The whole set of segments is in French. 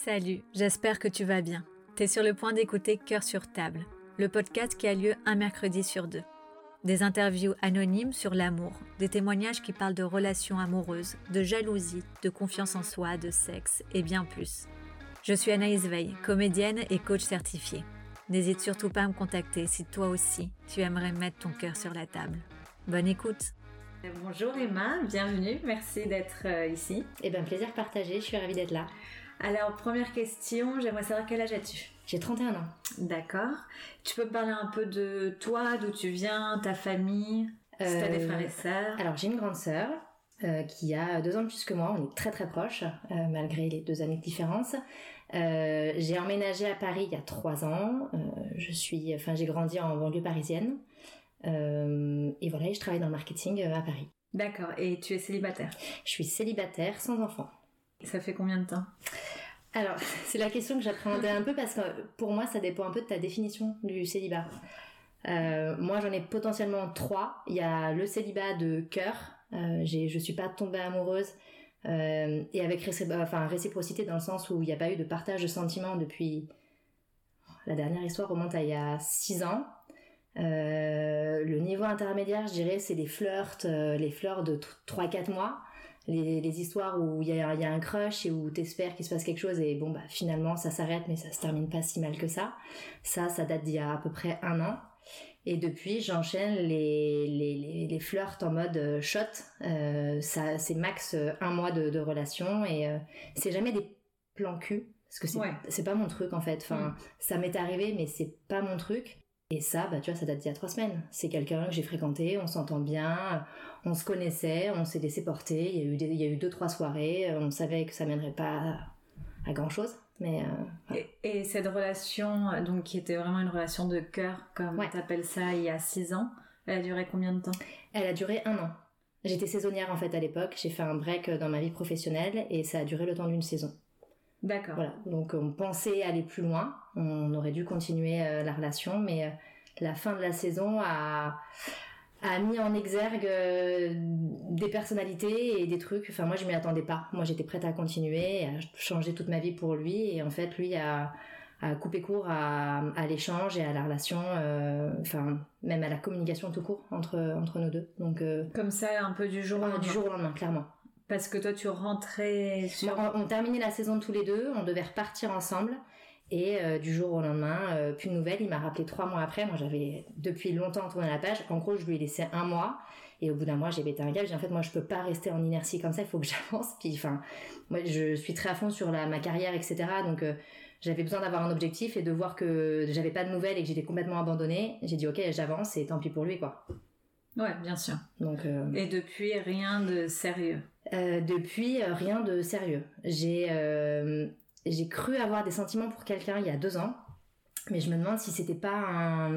Salut, j'espère que tu vas bien. T'es sur le point d'écouter Cœur sur table, le podcast qui a lieu un mercredi sur deux. Des interviews anonymes sur l'amour, des témoignages qui parlent de relations amoureuses, de jalousie, de confiance en soi, de sexe et bien plus. Je suis Anaïs Veil, comédienne et coach certifiée. N'hésite surtout pas à me contacter si toi aussi tu aimerais mettre ton cœur sur la table. Bonne écoute. Bonjour Emma, bienvenue, merci d'être ici. Plaisir partagé, je suis ravie d'être là. Alors, première question, j'aimerais savoir quel âge as-tu ? J'ai 31 ans. D'accord. Tu peux me parler un peu de toi, d'où tu viens, ta famille, si t'as des frères et sœurs ? Alors, j'ai une grande sœur qui a 2 ans de plus que moi, on est très très proches, malgré les 2 années de différence. J'ai emménagé à Paris il y a 3 ans, j'ai grandi en banlieue parisienne. Et voilà, je travaille dans le marketing à Paris. D'accord, et tu es célibataire ? Je suis célibataire, sans enfant. Ça fait combien de temps ? Alors, c'est la question que j'appréhendais un peu parce que pour moi, ça dépend un peu de ta définition du célibat. Moi, j'en ai potentiellement 3. Il y a le célibat de cœur. Je suis pas tombée amoureuse et avec réciprocité dans le sens où il n'y a pas eu de partage de sentiments depuis... La dernière histoire remonte à il y a 6 ans. Le niveau intermédiaire, je dirais, c'est les flirts de 3-4 mois. Les histoires où il y a un crush et où t'espères qu'il se passe quelque chose et finalement ça s'arrête mais ça se termine pas si mal que ça. Ça date d'il y a à peu près 1 an. Et depuis, j'enchaîne les flirts en mode shot. C'est max 1 mois de relation et c'est jamais des plans cul. Parce que c'est pas mon truc en fait. Ça m'est arrivé mais c'est pas mon truc. Et ça, tu vois, ça date d'il y a 3 semaines. C'est quelqu'un que j'ai fréquenté, on s'entend bien, on se connaissait, on s'est laissé porter. Il y a eu 2-3 soirées, on savait que ça mènerait pas à grand chose. Mais et cette relation, donc qui était vraiment une relation de cœur, comme t'appelles ça, il y a 6 ans, elle a duré combien de temps ? Elle a duré 1 an. J'étais saisonnière en fait à l'époque, j'ai fait un break dans ma vie professionnelle et ça a duré le temps d'1 saison. D'accord. Voilà, donc on pensait aller plus loin, on aurait dû continuer la relation, mais la fin de la saison a mis en exergue des personnalités et des trucs, moi je m'y attendais pas, moi j'étais prête à continuer, à changer toute ma vie pour lui, et en fait lui a coupé court à l'échange et à la relation, même à la communication tout court entre nous deux. Donc, comme ça, un peu du jour au lendemain. Du jour au lendemain, clairement. Parce que toi, tu rentrais sur... On terminait la saison tous les deux, on devait repartir ensemble. Et du jour au lendemain, plus de nouvelles. Il m'a rappelé 3 mois après. Moi, j'avais depuis longtemps tourné la page. En gros, je lui ai laissé 1 mois. Et au bout d'1 mois, j'ai pété un câble. J'ai dit, en fait, moi, je peux pas rester en inertie comme ça. Il faut que j'avance. Puis, moi, je suis très à fond sur ma carrière, etc. Donc, j'avais besoin d'avoir un objectif et de voir que j'avais pas de nouvelles et que j'étais complètement abandonnée. J'ai dit, ok, j'avance et tant pis pour lui, quoi. Ouais, bien sûr. Donc, et depuis, rien de sérieux. Depuis, rien de sérieux. J'ai cru avoir des sentiments pour quelqu'un il y a 2 ans, mais je me demande si c'était pas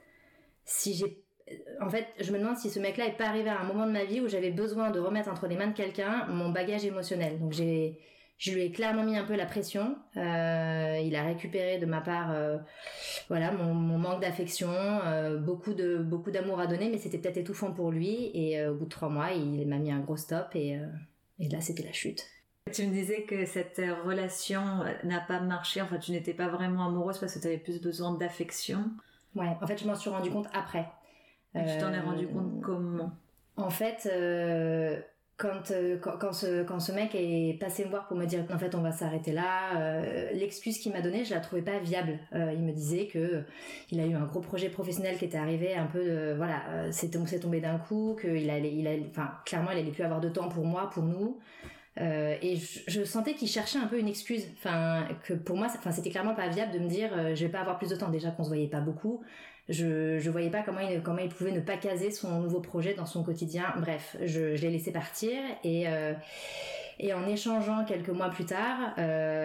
En fait, je me demande si ce mec-là est pas arrivé à un moment de ma vie où j'avais besoin de remettre entre les mains de quelqu'un mon bagage émotionnel. Donc je lui ai clairement mis un peu la pression. Il a récupéré de ma part, mon manque d'affection, beaucoup d'amour à donner, mais c'était peut-être étouffant pour lui. Et au bout de 3 mois, il m'a mis un gros stop et là, c'était la chute. Tu me disais que cette relation n'a pas marché, enfin tu n'étais pas vraiment amoureuse parce que tu avais plus besoin d'affection. Ouais, en fait je m'en suis rendu compte après. Et tu t'en es rendu compte comment ? En fait, quand ce mec est passé me voir pour me dire qu'en fait on va s'arrêter là, l'excuse qu'il m'a donnée, je la trouvais pas viable. Il me disait que il a eu un gros projet professionnel qui était arrivé un peu c'est tombé d'un coup, que clairement il allait plus avoir de temps pour moi, pour nous. Et je sentais qu'il cherchait un peu une excuse, que pour moi c'était clairement pas viable de me dire je vais pas avoir plus de temps, déjà qu'on se voyait pas beaucoup, je voyais pas comment il pouvait ne pas caser son nouveau projet dans son quotidien. Bref, je l'ai laissé partir et en échangeant quelques mois plus tard,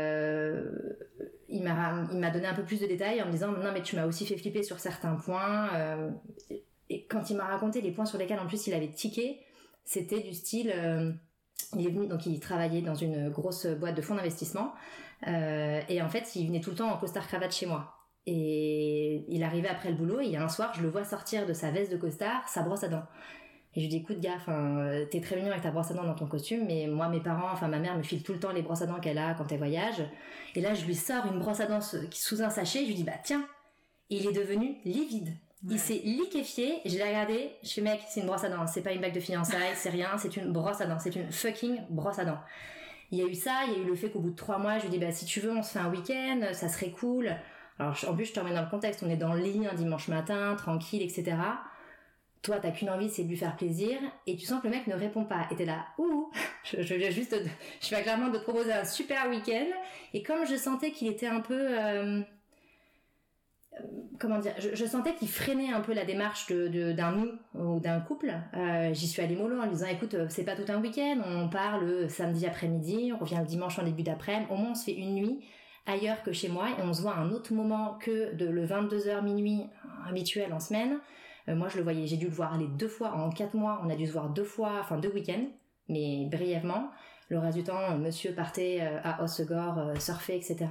il m'a donné un peu plus de détails en me disant non mais tu m'as aussi fait flipper sur certains points, et quand il m'a raconté les points sur lesquels en plus il avait tiqué, c'était du style il est venu, donc il travaillait dans une grosse boîte de fonds d'investissement, et en fait il venait tout le temps en costard cravate chez moi, et il arrivait après le boulot et il y a un soir je le vois sortir de sa veste de costard sa brosse à dents. Et je lui dis écoute gars, t'es très mignon avec ta brosse à dents dans ton costume, mais moi mes parents, ma mère me file tout le temps les brosses à dents qu'elle a quand elle voyage. Et là je lui sors une brosse à dents sous un sachet, je lui dis bah tiens. Et il est devenu livide. Ouais. Il s'est liquéfié, je l'ai regardé, je fais mec c'est une brosse à dents, c'est pas une bague de fiançailles, c'est rien, c'est une brosse à dents, c'est une fucking brosse à dents. Il y a eu ça, il y a eu le fait qu'au bout de 3 mois, je lui dis bah si tu veux on se fait un week-end, ça serait cool. Alors en plus je te remets dans le contexte, on est dans le lit un dimanche matin, tranquille, etc. Toi t'as qu'une envie, c'est de lui faire plaisir, et tu sens que le mec ne répond pas, et t'es là, je viens juste, je viens clairement de te proposer un super week-end, et comme je sentais qu'il était un peu, je sentais qu'il freinait un peu la démarche d'un nous ou d'un couple, j'y suis allée mollo en lui disant écoute c'est pas tout un week-end, on part le samedi après-midi, on revient le dimanche en début d'après-midi, au moins on se fait une nuit ailleurs que chez moi et on se voit à un autre moment que le 22h minuit habituel en semaine. Moi je le voyais, j'ai dû le voir aller 2 fois en 4 mois, on a dû se voir 2 week-ends, mais brièvement. Le reste du temps monsieur partait à Hossegor surfer, etc.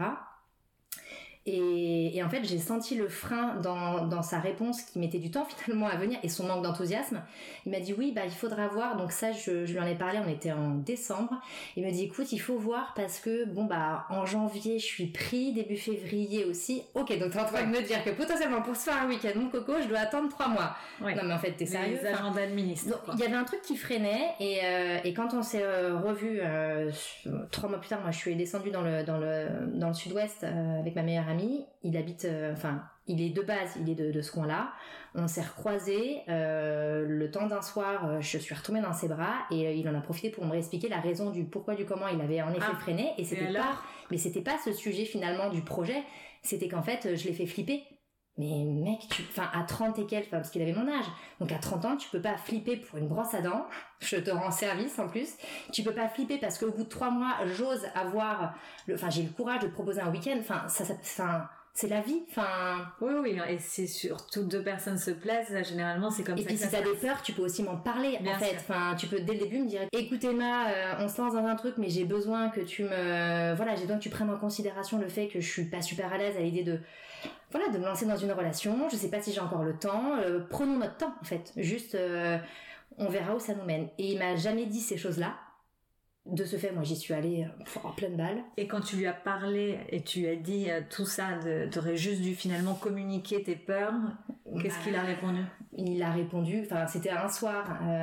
Et en fait, j'ai senti le frein dans sa réponse qui mettait du temps finalement à venir et son manque d'enthousiasme. Il m'a dit oui, il faudra voir. Donc ça, je lui en ai parlé, on était en décembre. Il me dit écoute, il faut voir parce que en janvier, je suis pris, début février aussi. Ok, donc t'es en train de me dire que potentiellement pour se faire un week-end, mon coco, je dois attendre 3 mois. Ouais. Non mais en fait, t'es sérieux. Les agendas de ministre. Il y avait un truc qui freinait et quand on s'est revus 3 mois plus tard, moi je suis descendue dans le sud-ouest avec ma meilleure amie. Il habite, il est de base, il est de ce coin-là. On s'est recroisés le temps d'un soir, je suis retombée dans ses bras et il en a profité pour me réexpliquer la raison du pourquoi du comment il avait en effet freiné. Et c'était pas ce sujet finalement du projet, c'était qu'en fait je l'ai fait flipper. Mais mec, à 30 et quelques, parce qu'il avait mon âge. Donc à 30 ans, tu peux pas flipper pour une brosse à dents. Je te rends service en plus. Tu peux pas flipper parce qu'au bout de 3 mois, j'ose avoir j'ai le courage de te proposer un week-end. C'est la vie. Oui. Et si surtout 2 personnes se plaisent, généralement, c'est comme ça. Et puis si t'as des peurs, tu peux aussi m'en parler, bien en fait. Tu peux dès le début me dire, écoute Emma, on se lance dans un truc, mais j'ai besoin que tu j'ai besoin que tu prennes en considération le fait que je suis pas super à l'aise à l'idée de me lancer dans une relation. Je sais pas si j'ai encore le temps. Prenons notre temps, en fait. Juste, on verra où ça nous mène. Et il m'a jamais dit ces choses-là. De ce fait, moi, j'y suis allée en pleine balle. Et quand tu lui as parlé et tu lui as dit tout ça, t'aurais juste dû finalement communiquer tes peurs, qu'est-ce qu'il a répondu ? Il a répondu, c'était un soir,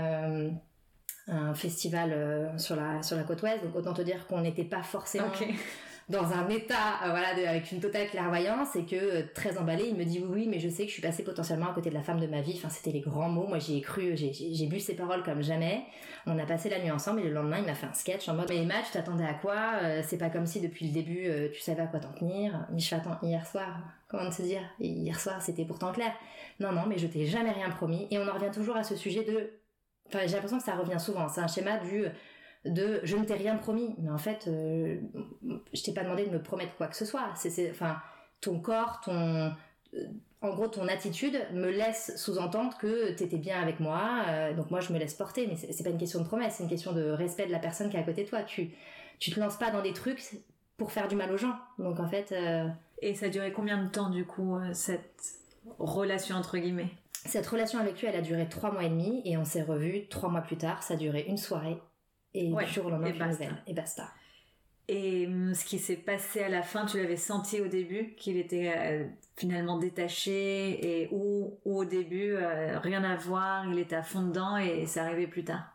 un festival sur la côte ouest, donc autant te dire qu'on n'était pas forcément... Okay. Dans un état avec une totale clairvoyance et que très emballé il me dit oui mais je sais que je suis passée potentiellement à côté de la femme de ma vie, c'était les grands mots, moi j'y ai cru, j'ai bu ses paroles comme jamais. On a passé la nuit ensemble et le lendemain il m'a fait un sketch en mode mais Emma tu t'attendais à quoi, c'est pas comme si depuis le début tu savais à quoi t'en tenir. Mais je fais attends, hier soir comment te dire, hier soir c'était pourtant clair. Non mais je t'ai jamais rien promis. Et on en revient toujours à ce sujet de j'ai l'impression que ça revient souvent, c'est un schéma de je ne t'ai rien promis, mais en fait je t'ai pas demandé de me promettre quoi que ce soit. Ton corps, en gros ton attitude me laisse sous-entendre que t'étais bien avec moi, donc moi je me laisse porter, mais c'est pas une question de promesse, c'est une question de respect de la personne qui est à côté de toi. Tu te lances pas dans des trucs pour faire du mal aux gens, donc en fait Et ça a duré combien de temps du coup cette relation entre guillemets? Cette relation avec lui elle a duré 3 mois et demi et on s'est revus 3 mois plus tard, ça a duré une soirée. Et du jour au lendemain, et basta. Et ce qui s'est passé à la fin, tu l'avais senti au début qu'il était finalement détaché et ou au début rien à voir, il était à fond dedans et c'est arrivé plus tard.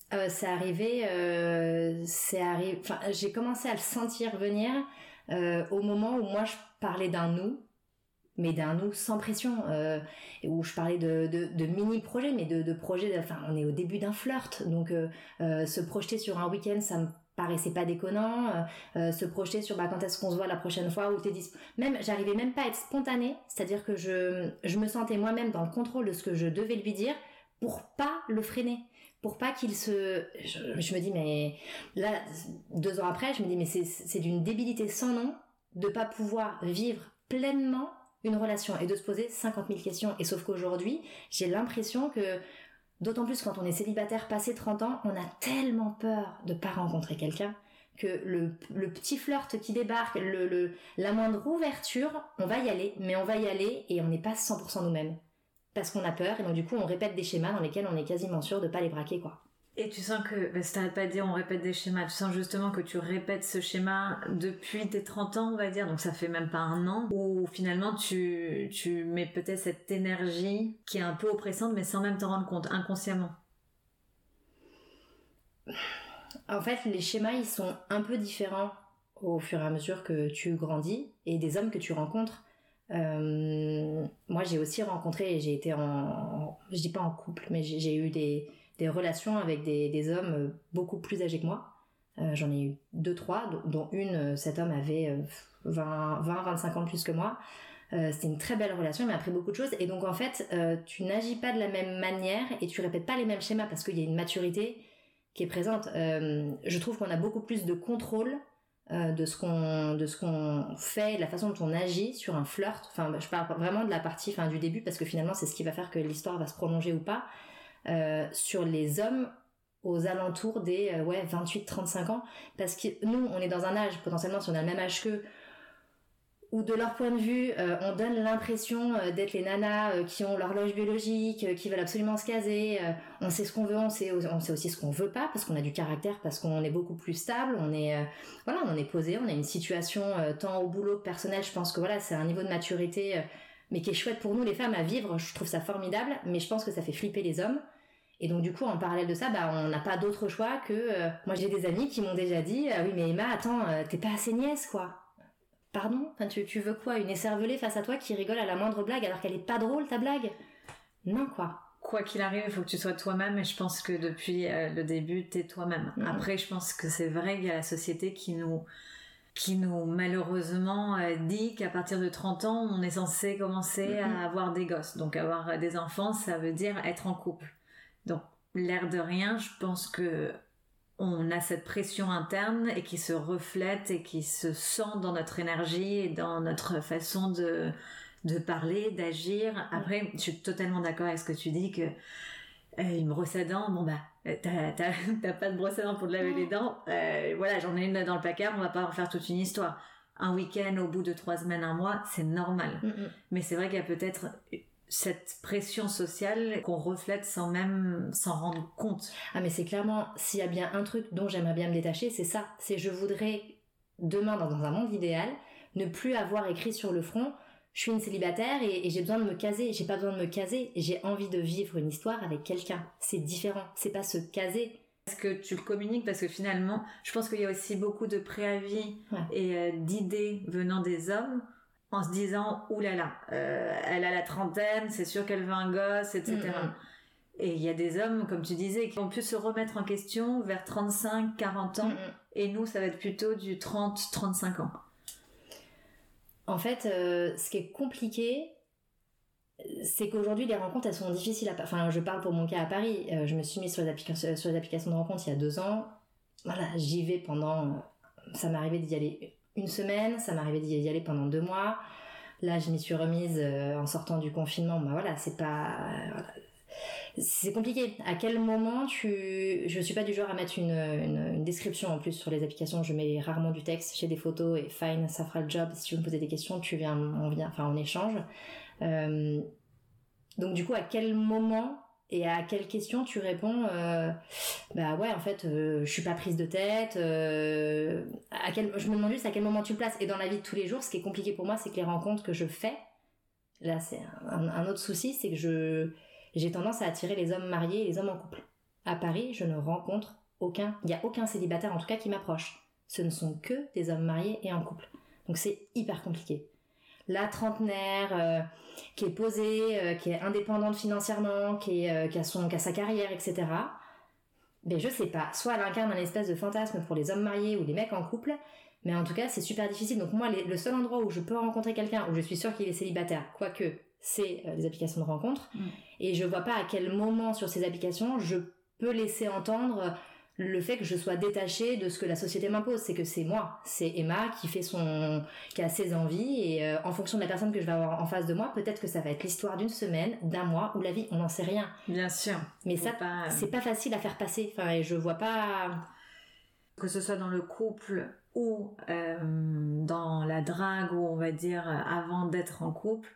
J'ai commencé à le sentir venir au moment où moi je parlais d'un nous. Mais d'un nous sans pression, où je parlais de mini-projets, mais de projets, on est au début d'un flirt, donc se projeter sur un week-end, ça me paraissait pas déconnant, se projeter sur quand est-ce qu'on se voit la prochaine fois, où t'es j'arrivais même pas à être spontanée, c'est-à-dire que je me sentais moi-même dans le contrôle de ce que je devais lui dire, pour pas le freiner, pour pas qu'il je me dis, mais là, 2 ans après, je me dis, mais c'est d'une débilité sans nom, de pas pouvoir vivre pleinement une relation et de se poser 50 000 questions. Et sauf qu'aujourd'hui, j'ai l'impression que, d'autant plus quand on est célibataire passé 30 ans, on a tellement peur de pas rencontrer quelqu'un que le petit flirt qui débarque, la moindre ouverture, on va y aller, mais on va y aller et on n'est pas 100% nous-mêmes. parce qu'on a peur, et donc du coup on répète des schémas dans lesquels on est quasiment sûr de pas les braquer, quoi. Et tu sens que, parce que t'arrêtes pas de dire on répète des schémas, tu sens justement que tu répètes ce schéma depuis tes 30 ans, on va dire, donc ça fait même pas un an, où finalement tu mets peut-être cette énergie qui est un peu oppressante, mais sans même t'en rendre compte, inconsciemment. En fait, les schémas, ils sont un peu différents au fur et à mesure que tu grandis, et des hommes que tu rencontres. Moi, j'ai aussi rencontré, j'ai été je dis pas en couple, mais j'ai eu des relations avec des hommes beaucoup plus âgés que moi. J'en ai eu 2-3, dont une, cet homme avait 20-25 ans de plus que moi. C'était une très belle relation, il m'a appris beaucoup de choses. Et donc en fait, tu n'agis pas de la même manière et tu répètes pas les mêmes schémas parce qu'il y a une maturité qui est présente. Je trouve qu'on a beaucoup plus de contrôle de ce qu'on fait, de la façon dont on agit sur un flirt. Enfin, je parle vraiment de la partie du début parce que finalement c'est ce qui va faire que l'histoire va se prolonger ou pas. Sur les hommes aux alentours des 28-35 ans, parce que nous on est dans un âge, potentiellement si on a le même âge qu'eux, où de leur point de vue on donne l'impression d'être les nanas qui ont l'horloge biologique, qui veulent absolument se caser, on sait ce qu'on veut, on sait aussi ce qu'on veut pas, parce qu'on a du caractère, parce qu'on est beaucoup plus stable, on est posé, on a une situation tant au boulot que personnel. Je pense que c'est un niveau de maturité mais qui est chouette pour nous les femmes à vivre. Je trouve ça formidable, mais je pense que ça fait flipper les hommes. Et donc du coup en parallèle de ça, on n'a pas d'autre choix que moi j'ai des amis qui m'ont déjà dit oui mais Emma, attends, t'es pas assez niaise quoi. Pardon, tu veux quoi, une écervelée face à toi qui rigole à la moindre blague alors qu'elle est pas drôle ta blague? Non quoi. Quoi qu'il arrive, il faut que tu sois toi-même, et je pense que depuis le début t'es toi-même. Après je pense que c'est vrai qu'il y a la société qui nous malheureusement dit qu'à partir de 30 ans on est censé commencer à avoir des gosses, donc avoir des enfants ça veut dire être en couple. Donc l'air de rien, je pense que on a cette pression interne et qui se reflète et qui se sent dans notre énergie et dans notre façon de parler, d'agir. Après, je suis totalement d'accord avec ce que tu dis, que une brosse à dents, t'as pas de brosse à dents pour te laver les dents, j'en ai une dans le placard, on va pas en faire toute une histoire. Un week-end au bout de 3 semaines, 1 mois, c'est normal. Mais c'est vrai qu'il y a peut-être cette pression sociale qu'on reflète sans même s'en rendre compte. Ah mais c'est clairement, s'il y a bien un truc dont j'aimerais bien me détacher, c'est ça. C'est je voudrais, demain dans un monde idéal, ne plus avoir écrit sur le front je suis une célibataire et j'ai besoin de me caser. J'ai pas besoin de me caser, j'ai envie de vivre une histoire avec quelqu'un. C'est différent, c'est pas se caser. Est-ce que tu le communiques? Parce que finalement, je pense qu'il y a aussi beaucoup de préavis et d'idées venant des hommes en se disant oulala, elle a la trentaine, c'est sûr qu'elle veut un gosse, etc. Et il y a des hommes, comme tu disais, qui ont pu se remettre en question vers 35, 40 ans, et nous, ça va être plutôt du 30, 35 ans. En fait, ce qui est compliqué, c'est qu'aujourd'hui, les rencontres, elles sont difficiles à... Enfin, je parle pour mon cas à Paris. Je me suis mise sur les applications de rencontres il y a 2 ans. Voilà, j'y vais pendant... Ça m'est arrivé d'y aller 1 semaine, ça m'est arrivé d'y aller pendant 2 mois. Là, je m'y suis remise en sortant du confinement. C'est pas... C'est compliqué. À quel moment je suis pas du genre à mettre une description en plus sur les applications. Je mets rarement du texte. J'ai des photos et fine, ça fera le job. Si tu veux me poser des questions, on échange. Donc du coup, à quel moment et à quelle question tu réponds en fait, je suis pas prise de tête. Je me demande juste à quel moment tu le places. Et dans la vie de tous les jours, ce qui est compliqué pour moi, c'est que les rencontres que je fais, là, c'est un autre souci, c'est que j'ai tendance à attirer les hommes mariés et les hommes en couple. À Paris, je ne rencontre aucun... Il n'y a aucun célibataire, en tout cas, qui m'approche. Ce ne sont que des hommes mariés et en couple. Donc c'est hyper compliqué. La trentenaire, qui est posée, qui est indépendante financièrement, qui a sa carrière, etc. Mais je sais pas. Soit elle incarne un espèce de fantasme pour les hommes mariés ou les mecs en couple, mais en tout cas, c'est super difficile. Donc moi, le seul endroit où je peux rencontrer quelqu'un, où je suis sûre qu'il est célibataire, quoique... c'est les applications de rencontres, et je vois pas à quel moment sur ces applications je peux laisser entendre le fait que je sois détachée de ce que la société m'impose. C'est que c'est moi, c'est Emma qui a ses envies, et en fonction de la personne que je vais avoir en face de moi, peut-être que ça va être l'histoire d'1 semaine, d'1 mois, ou la vie, on n'en sait rien. Bien sûr. Mais ça, c'est pas facile à faire passer, et je vois pas... Que ce soit dans le couple ou dans la drague, ou on va dire avant d'être en couple,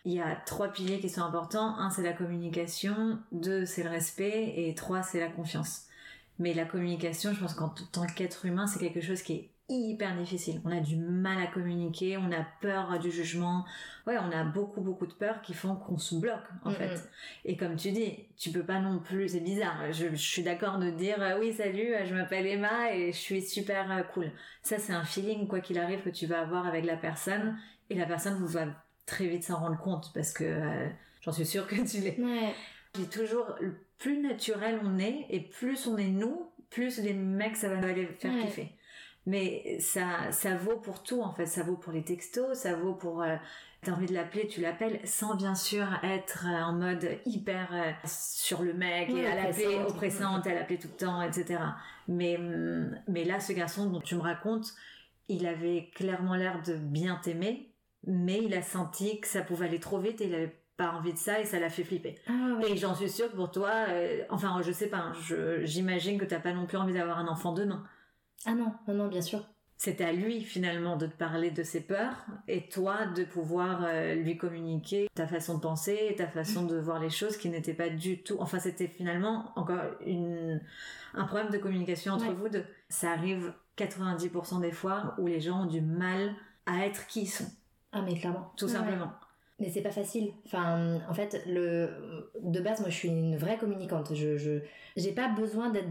il y a 3 piliers qui sont importants. 1, c'est la communication. 2, c'est le respect. Et 3, c'est la confiance. Mais la communication, je pense qu'en tant qu'être humain, c'est quelque chose qui est hyper difficile. On a du mal à communiquer, on a peur du jugement. Ouais, on a beaucoup de peurs qui font qu'on se bloque, en fait. Et comme tu dis, tu peux pas non plus, c'est bizarre. Je suis d'accord de dire, oui, salut, je m'appelle Emma et je suis super cool. Ça, c'est un feeling, quoi qu'il arrive, que tu vas avoir avec la personne. Et la personne va très vite s'en rendre compte parce que j'en suis sûre que tu l'es. Ouais. J'ai toujours, plus naturel on est et plus on est nous, plus les mecs, ça va les faire kiffer. Mais ça vaut pour tout, en fait. Ça vaut pour les textos, ça vaut pour... t'as envie de l'appeler, tu l'appelles, sans bien sûr être en mode hyper sur le mec, et à l'appeler oppressante, à l'appeler tout le temps, etc. Mais là, ce garçon dont tu me racontes, il avait clairement l'air de bien t'aimer, mais il a senti que ça pouvait aller trop vite et il avait pas envie de ça et ça l'a fait flipper. Et j'en suis sûre que pour toi, enfin je sais pas, j'imagine que t'as pas non plus envie d'avoir un enfant demain. Ah non, bien sûr. C'est à lui finalement de te parler de ses peurs et toi de pouvoir lui communiquer ta façon de penser et ta façon de voir les choses qui n'était pas du tout... Enfin c'était finalement encore un problème de communication entre vous deux. Ça arrive 90% des fois où les gens ont du mal à être qui ils sont. Ah mais clairement. Tout simplement. Mais c'est pas facile. Enfin, en fait, de base, moi je suis une vraie communicante. J'ai pas besoin d'être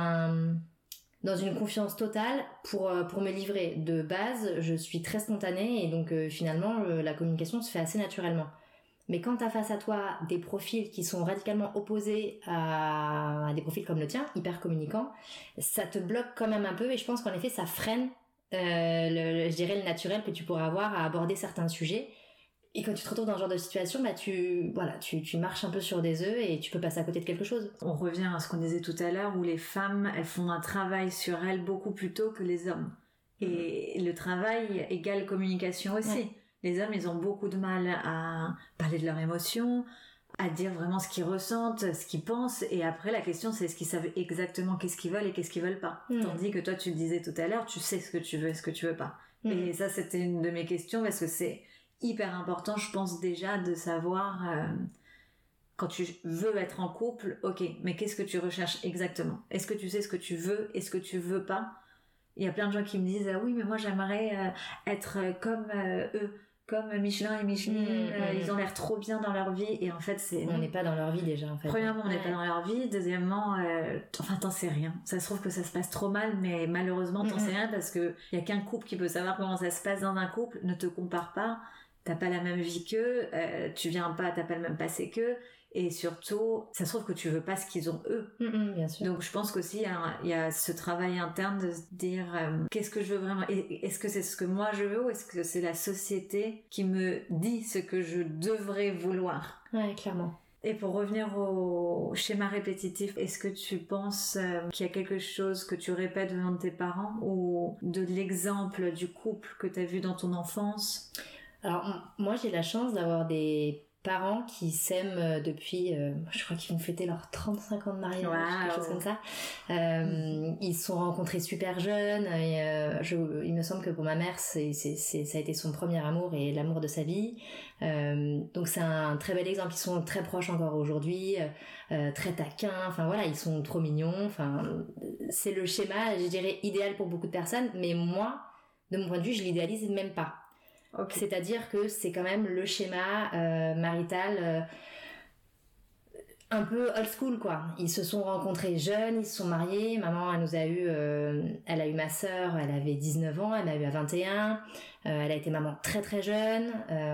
dans une confiance totale pour me livrer. De base, je suis très spontanée et donc finalement la communication se fait assez naturellement. Mais quand t'as face à toi des profils qui sont radicalement opposés à des profils comme le tien, hyper communicants, ça te bloque quand même un peu et je pense qu'en effet ça freine je dirais le naturel que tu pourrais avoir à aborder certains sujets. Et quand tu te retrouves dans ce genre de situation, bah tu marches un peu sur des œufs et tu peux passer à côté de quelque chose. On revient à ce qu'on disait tout à l'heure, où les femmes, elles font un travail sur elles beaucoup plus tôt que les hommes. Et le travail égale communication aussi. Ouais. Les hommes, ils ont beaucoup de mal à parler de leurs émotions, à dire vraiment ce qu'ils ressentent, ce qu'ils pensent. Et après, la question, c'est est-ce qu'ils savent exactement qu'est-ce qu'ils veulent et qu'est-ce qu'ils veulent pas. Tandis que toi, tu le disais tout à l'heure, tu sais ce que tu veux et ce que tu veux pas. Et ça, c'était une de mes questions parce que c'est hyper important, je pense déjà, de savoir quand tu veux être en couple, ok, mais qu'est-ce que tu recherches exactement? Est-ce que tu sais ce que tu veux et ce que tu veux pas? Il y a plein de gens qui me disent oui, mais moi j'aimerais être comme eux, comme Michelin et Micheline, ils ont l'air trop bien dans leur vie, et en fait on n'est pas dans leur vie déjà en fait. Premièrement, on n'est pas dans leur vie. Deuxièmement, enfin t'en sais rien. Ça se trouve que ça se passe trop mal, mais malheureusement t'en sais rien parce que y a qu'un couple qui peut savoir comment ça se passe dans un couple. Ne te compare pas. T'as pas la même vie qu'eux, t'as pas le même passé qu'eux, et surtout, ça se trouve que tu veux pas ce qu'ils ont eux. Bien sûr. Donc je pense qu'aussi il y a ce travail interne de se dire qu'est-ce que je veux vraiment, est-ce que c'est ce que moi je veux ou est-ce que c'est la société qui me dit ce que je devrais vouloir? Ouais, clairement. Et pour revenir au schéma répétitif, est-ce que tu penses qu'il y a quelque chose que tu répètes venant de tes parents ou de l'exemple du couple que t'as vu dans ton enfance? Alors, moi, j'ai la chance d'avoir des parents qui s'aiment depuis, je crois qu'ils vont fêter leurs 35 ans de mariage, quelque chose comme ça. Ils se sont rencontrés super jeunes, et il me semble que pour ma mère, ça a été son premier amour et l'amour de sa vie. Donc c'est un très bel exemple. Ils sont très proches encore aujourd'hui, très taquins, enfin voilà, ils sont trop mignons. Enfin, c'est le schéma, je dirais, idéal pour beaucoup de personnes, mais moi, de mon point de vue, je l'idéalise même pas. Okay. C'est-à-dire que c'est quand même le schéma marital un peu old school quoi. Ils se sont rencontrés jeunes, ils se sont mariés. Maman, elle a eu ma sœur, elle avait 19 ans, elle m'a eu à 21. Elle a été maman très très jeune.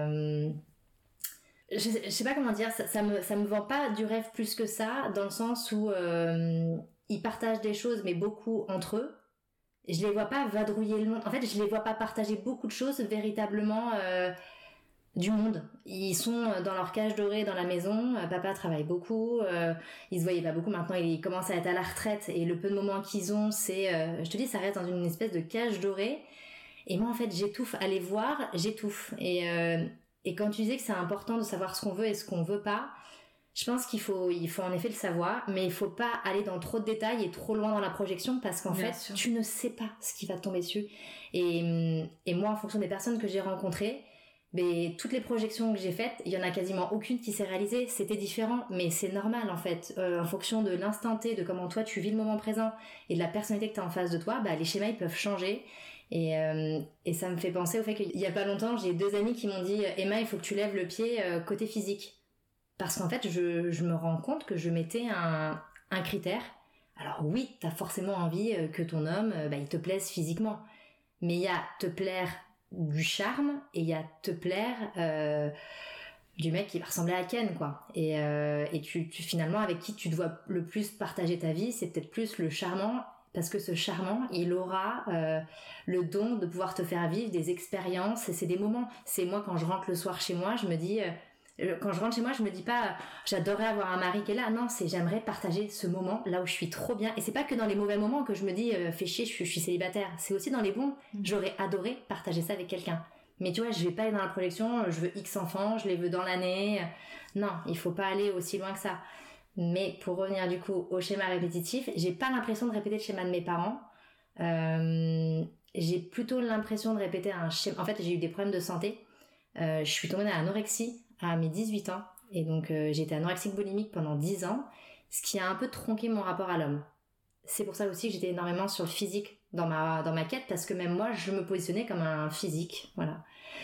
Je sais pas comment dire, ça me vend pas du rêve plus que ça, dans le sens où ils partagent des choses mais beaucoup entre eux. Je les vois pas vadrouiller le monde. En fait, je les vois pas partager beaucoup de choses véritablement du monde. Ils sont dans leur cage dorée dans la maison. Papa travaille beaucoup. Ils se voyaient pas beaucoup. Maintenant, ils commencent à être à la retraite. Et le peu de moments qu'ils ont, c'est... je te dis, ça reste dans une espèce de cage dorée. Et moi, en fait, j'étouffe. À les voir, j'étouffe. Et quand tu disais que c'est important de savoir ce qu'on veut et ce qu'on veut pas... Je pense qu'il faut en effet le savoir, mais il faut pas aller dans trop de détails et trop loin dans la projection parce qu'en fait, tu ne sais pas ce qui va te tomber dessus. Et moi, en fonction des personnes que j'ai rencontrées, Mais toutes les projections que j'ai faites, il y en a quasiment aucune qui s'est réalisée. C'était différent, mais c'est normal en fait. En fonction de l'instant T, de comment toi tu vis le moment présent et de la personnalité que tu as en face de toi, les schémas ils peuvent changer. Et ça me fait penser au fait qu'il y a pas longtemps, j'ai 2 amis qui m'ont dit Emma, il faut que tu lèves le pied côté physique. Parce qu'en fait, je me rends compte que je mettais un critère. Alors oui, t'as forcément envie que ton homme, il te plaise physiquement. Mais il y a te plaire du charme et il y a te plaire du mec qui va ressembler à Ken, quoi. Et tu finalement, avec qui tu dois le plus partager ta vie, c'est peut-être plus le charmant, parce que ce charmant, il aura le don de pouvoir te faire vivre des expériences, et c'est des moments. C'est moi, quand je rentre le soir chez moi, je me dis... Quand je rentre chez moi, je me dis pas j'adorerais avoir un mari qui est là. Non, c'est j'aimerais partager ce moment là où je suis trop bien. Et c'est pas que dans les mauvais moments que je me dis fais chier, je suis célibataire. C'est aussi dans les bons. J'aurais adoré partager ça avec quelqu'un. Mais tu vois, je vais pas aller dans la projection. Je veux X enfants, je les veux dans l'année. Non, il faut pas aller aussi loin que ça. Mais pour revenir du coup au schéma répétitif, j'ai pas l'impression de répéter le schéma de mes parents. J'ai plutôt l'impression de répéter un schéma. En fait, j'ai eu des problèmes de santé. Je suis tombée dans l'anorexie à mes 18 ans, et donc j'ai été anorexique boulimique pendant 10 ans, ce qui a un peu tronqué mon rapport à l'homme. C'est pour ça aussi que j'étais énormément sur le physique dans ma quête, parce que même moi je me positionnais comme un physique, voilà.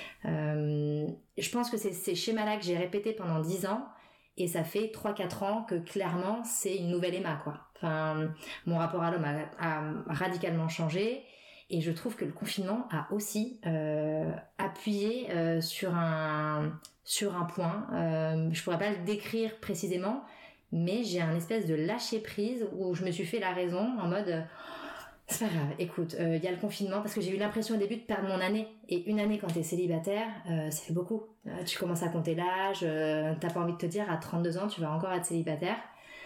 Je pense que c'est ces schémas-là que j'ai répétés pendant 10 ans, et ça fait 3-4 ans que clairement c'est une nouvelle Emma, quoi. Enfin, mon rapport à l'homme a radicalement changé, et je trouve que le confinement a aussi appuyé sur un point. Je pourrais pas le décrire précisément, mais j'ai un espèce de lâcher prise où je me suis fait la raison en mode c'est pas grave, écoute, il y a le confinement, parce que j'ai eu l'impression au début de perdre mon année, et une année quand t'es célibataire, ça fait beaucoup. Tu commences à compter l'âge, t'as pas envie de te dire à 32 ans tu vas encore être célibataire.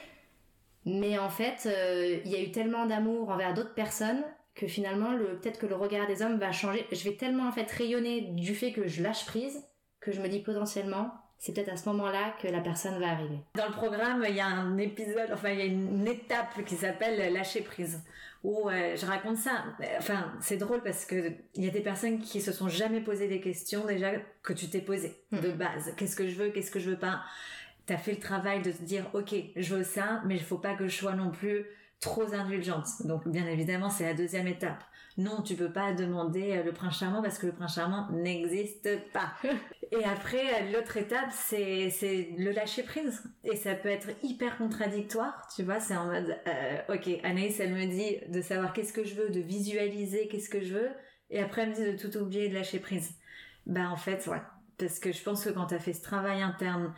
Mais en fait, il y a eu tellement d'amour envers d'autres personnes que finalement peut-être que le regard des hommes va changer. Je vais tellement en fait rayonner du fait que je lâche prise, que je me dis potentiellement c'est peut-être à ce moment-là que la personne va arriver. Dans le programme, il y a un épisode, il y a une étape qui s'appelle lâcher prise, où je raconte ça. Enfin, c'est drôle parce que il y a des personnes qui se sont jamais posé des questions déjà que tu t'es posées de base. Qu'est-ce que je veux pas? T'as fait le travail de te dire ok, je veux ça, mais il faut pas que je sois non plus trop indulgente. Donc bien évidemment, c'est la deuxième étape. Non, tu peux pas demander le prince charmant parce que le prince charmant n'existe pas. Et après, l'autre étape, c'est le lâcher prise. Et ça peut être hyper contradictoire, tu vois, c'est en mode, ok, Anaïs, elle me dit de savoir qu'est-ce que je veux, de visualiser qu'est-ce que je veux, et après elle me dit de tout oublier, de lâcher prise. En fait, ouais. Parce que je pense que quand t'as fait ce travail interne,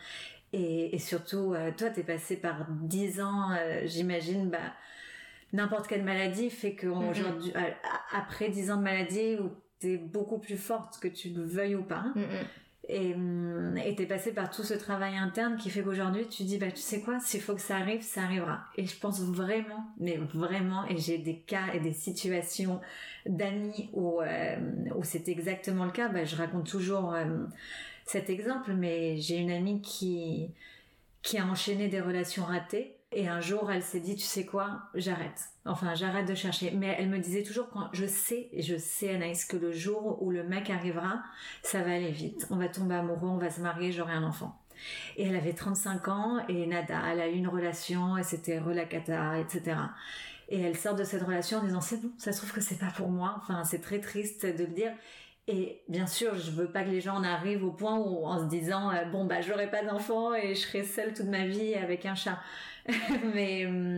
et surtout, toi, t'es passé par 10 ans, j'imagine, n'importe quelle maladie fait qu'aujourd'hui, après 10 ans de maladie où t'es beaucoup plus forte que tu le veuilles ou pas, et t'es passé par tout ce travail interne qui fait qu'aujourd'hui tu dis tu sais quoi, s'il faut que ça arrive, ça arrivera. Et je pense vraiment, mais vraiment, et j'ai des cas et des situations d'amis où c'est exactement le cas. Je raconte toujours cet exemple, mais j'ai une amie qui a enchaîné des relations ratées. Et un jour, elle s'est dit, tu sais quoi, j'arrête de chercher. Mais elle me disait toujours, quand je sais Anaïs, que le jour où le mec arrivera, ça va aller vite. On va tomber amoureux, on va se marier, j'aurai un enfant. Et elle avait 35 ans et nada, elle a eu une relation et c'était relacata, etc. Et elle sort de cette relation en disant, c'est bon, ça se trouve que c'est pas pour moi. Enfin, c'est très triste de le dire. Et bien sûr, je veux pas que les gens en arrivent au point où, en se disant, j'aurai pas d'enfant et je serai seule toute ma vie avec un chat. mais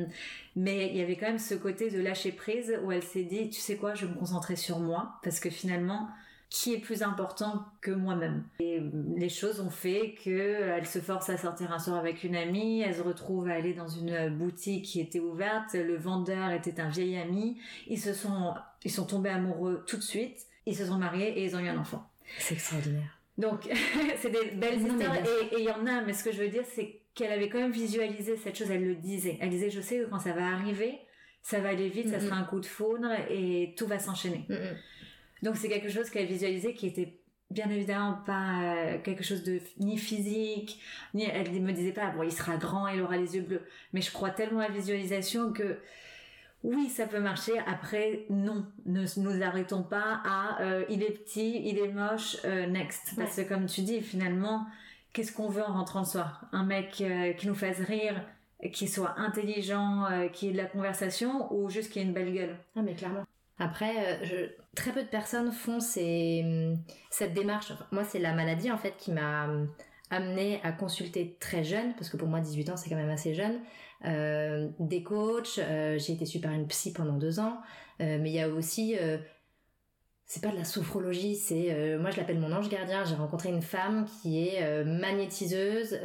il y avait quand même ce côté de lâcher prise où elle s'est dit, tu sais quoi, je vais me concentrer sur moi, parce que finalement, qui est plus important que moi-même? Et les choses ont fait qu'elle se force à sortir un soir avec une amie, elle se retrouve à aller dans une boutique qui était ouverte, le vendeur était un vieil ami, ils sont tombés amoureux tout de suite, ils se sont mariés et ils ont eu un enfant. C'est extraordinaire. Donc c'est des belles histoires, et il y en a, mais ce que je veux dire, c'est qu'elle avait quand même visualisé cette chose. Elle le disait, je sais que quand ça va arriver, ça va aller vite, ça sera un coup de foudre et tout va s'enchaîner. Donc c'est quelque chose qu'elle visualisait, qui était bien évidemment pas quelque chose de ni physique, ni elle me disait pas il sera grand, il aura les yeux bleus, mais je crois tellement à la visualisation que oui, ça peut marcher. Après, non, ne nous arrêtons pas à il est petit, il est moche, next. Parce que comme tu dis, finalement, qu'est-ce qu'on veut en rentrant le soir? Un mec qui nous fasse rire, qui soit intelligent, qui ait de la conversation, ou juste qui ait une belle gueule? Ah mais clairement. Après, très peu de personnes font cette démarche. Enfin, moi, c'est la maladie en fait qui m'a amenée à consulter très jeune, parce que pour moi 18 ans c'est quand même assez jeune, des coachs, j'ai été suivie par une psy pendant 2 ans, mais il y a aussi c'est pas de la sophrologie, c'est moi je l'appelle mon ange gardien. J'ai rencontré une femme qui est magnétiseuse,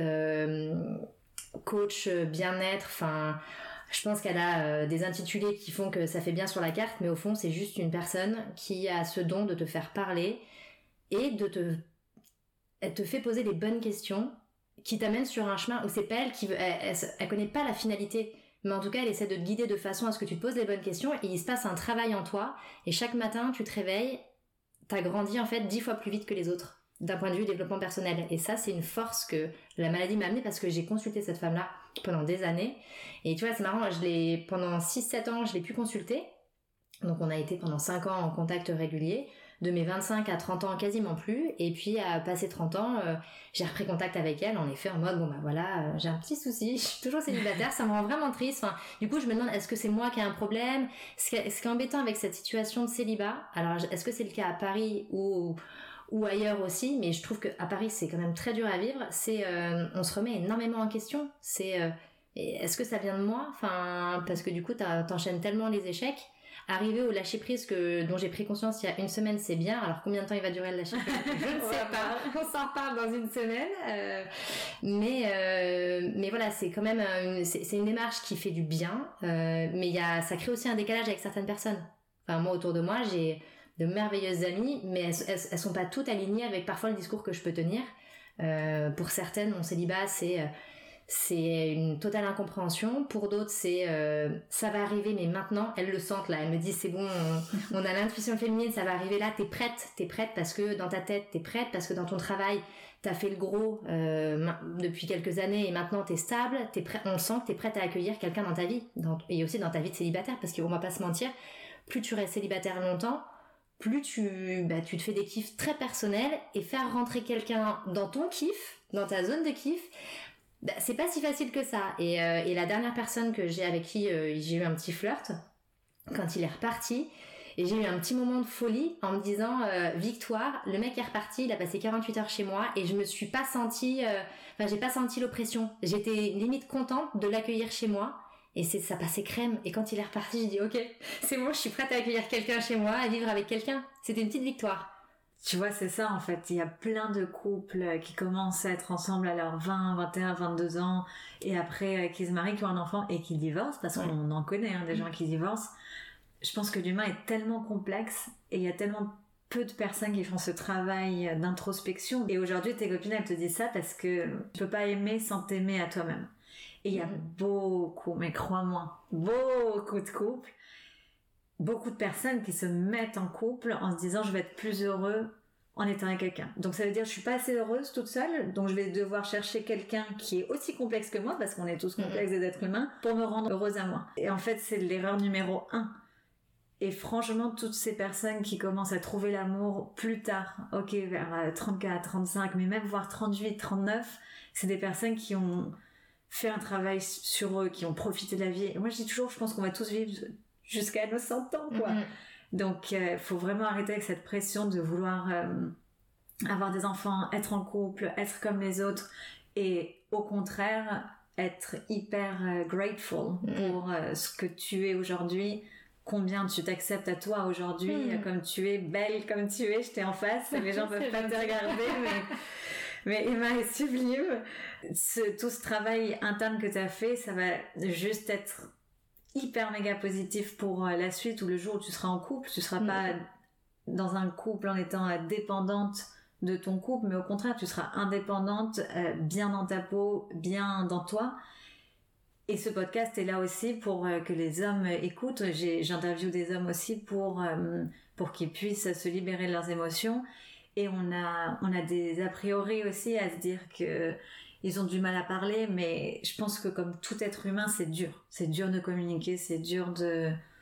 coach bien-être, enfin je pense qu'elle a des intitulés qui font que ça fait bien sur la carte, mais au fond c'est juste une personne qui a ce don de te faire parler et elle te fait poser les bonnes questions qui t'amènent sur un chemin où c'est pas elle qui veut, elle connaît pas la finalité, mais en tout cas elle essaie de te guider de façon à ce que tu te poses les bonnes questions, et il se passe un travail en toi, et chaque matin tu te réveilles, t'as grandi en fait 10 fois plus vite que les autres d'un point de vue développement personnel, et ça c'est une force que la maladie m'a amenée, parce que j'ai consulté cette femme là pendant des années, et tu vois c'est marrant, pendant 6-7 ans je l'ai pu consulter, donc on a été pendant 5 ans en contact régulier, de mes 25 à 30 ans quasiment plus, et puis à passer 30 ans j'ai repris contact avec elle, en effet en mode bon bah voilà, j'ai un petit souci, je suis toujours célibataire, ça me rend vraiment triste, enfin, du coup je me demande est-ce que c'est moi qui ai un problème, ce qui est embêtant avec cette situation de célibat, alors est-ce que c'est le cas à Paris ou ailleurs aussi, mais je trouve qu'à Paris c'est quand même très dur à vivre, c'est on se remet énormément en question, c'est est-ce que ça vient de moi, enfin, parce que du coup t'enchaînes tellement les échecs. Arriver au lâcher prise dont j'ai pris conscience il y a 1 semaine, c'est bien. Alors combien de temps il va durer le lâcher prise? Je ne sais pas. On s'en reparle dans 1 semaine. Mais voilà, c'est quand même c'est une démarche qui fait du bien. Mais ça crée aussi un décalage avec certaines personnes. Enfin moi autour de moi j'ai de merveilleuses amies, mais elles sont pas toutes alignées avec parfois le discours que je peux tenir. Pour certaines, mon célibat c'est une totale incompréhension. Pour d'autres, c'est ça va arriver, mais maintenant, elles le sentent là. Elles me disent c'est bon, on a l'intuition féminine, ça va arriver là. T'es prête parce que dans ta tête, t'es prête parce que dans ton travail, t'as fait le gros depuis quelques années et maintenant t'es stable. On sent que t'es prête à accueillir quelqu'un dans ta vie, et aussi dans ta vie de célibataire, parce qu'on va pas se mentir, plus tu restes célibataire longtemps, plus tu te fais des kiffs très personnels, et faire rentrer quelqu'un dans ton kiff, dans ta zone de kiff, c'est pas si facile que ça. Et la dernière personne avec qui j'ai eu un petit flirt, quand il est reparti, et j'ai eu un petit moment de folie en me disant victoire, le mec est reparti, il a passé 48 heures chez moi, et je me suis pas sentie j'ai pas senti l'oppression, j'étais limite contente de l'accueillir chez moi, et ça passait crème. Et quand il est reparti, j'ai dit ok, c'est bon, je suis prête à accueillir quelqu'un chez moi, à vivre avec quelqu'un. C'était une petite victoire. Tu vois, c'est ça en fait, il y a plein de couples qui commencent à être ensemble à leurs 20, 21, 22 ans, et après qui se marient, qui ont un enfant et qui divorcent, parce qu'on en connaît des gens qui divorcent. Je pense que l'humain est tellement complexe, et il y a tellement peu de personnes qui font ce travail d'introspection. Et aujourd'hui, tes copines, elles te disent ça parce que tu peux pas aimer sans t'aimer à toi-même. Et il y a beaucoup, mais crois-moi, beaucoup de couples, beaucoup de personnes qui se mettent en couple en se disant je vais être plus heureux en étant avec quelqu'un. Donc ça veut dire je suis pas assez heureuse toute seule, donc je vais devoir chercher quelqu'un qui est aussi complexe que moi, parce qu'on est tous complexes des êtres humains, pour me rendre heureuse à moi. Et en fait c'est l'erreur numéro 1. Et franchement, toutes ces personnes qui commencent à trouver l'amour plus tard, ok, vers 34, 35, mais même voire 38, 39, c'est des personnes qui ont fait un travail sur eux, qui ont profité de la vie. Et moi je dis toujours, je pense qu'on va tous vivre jusqu'à nos 100 ans, quoi. Donc, faut vraiment arrêter avec cette pression de vouloir avoir des enfants, être en couple, être comme les autres, et au contraire, être hyper grateful pour ce que tu es aujourd'hui, combien tu t'acceptes à toi aujourd'hui, comme tu es, belle comme tu es, je t'ai en face, les gens peuvent pas te regarder, mais Emma est sublime. Tout ce travail interne que tu as fait, ça va juste être hyper méga positif pour la suite, ou le jour où tu seras en couple, tu seras pas dans un couple en étant dépendante de ton couple, mais au contraire tu seras indépendante, bien dans ta peau, bien dans toi. Et ce podcast est là aussi pour que les hommes écoutent. J'interviewe des hommes aussi pour qu'ils puissent se libérer de leurs émotions, et on a des a priori aussi à se dire que ils ont du mal à parler, mais je pense que comme tout être humain, c'est dur de communiquer, c'est dur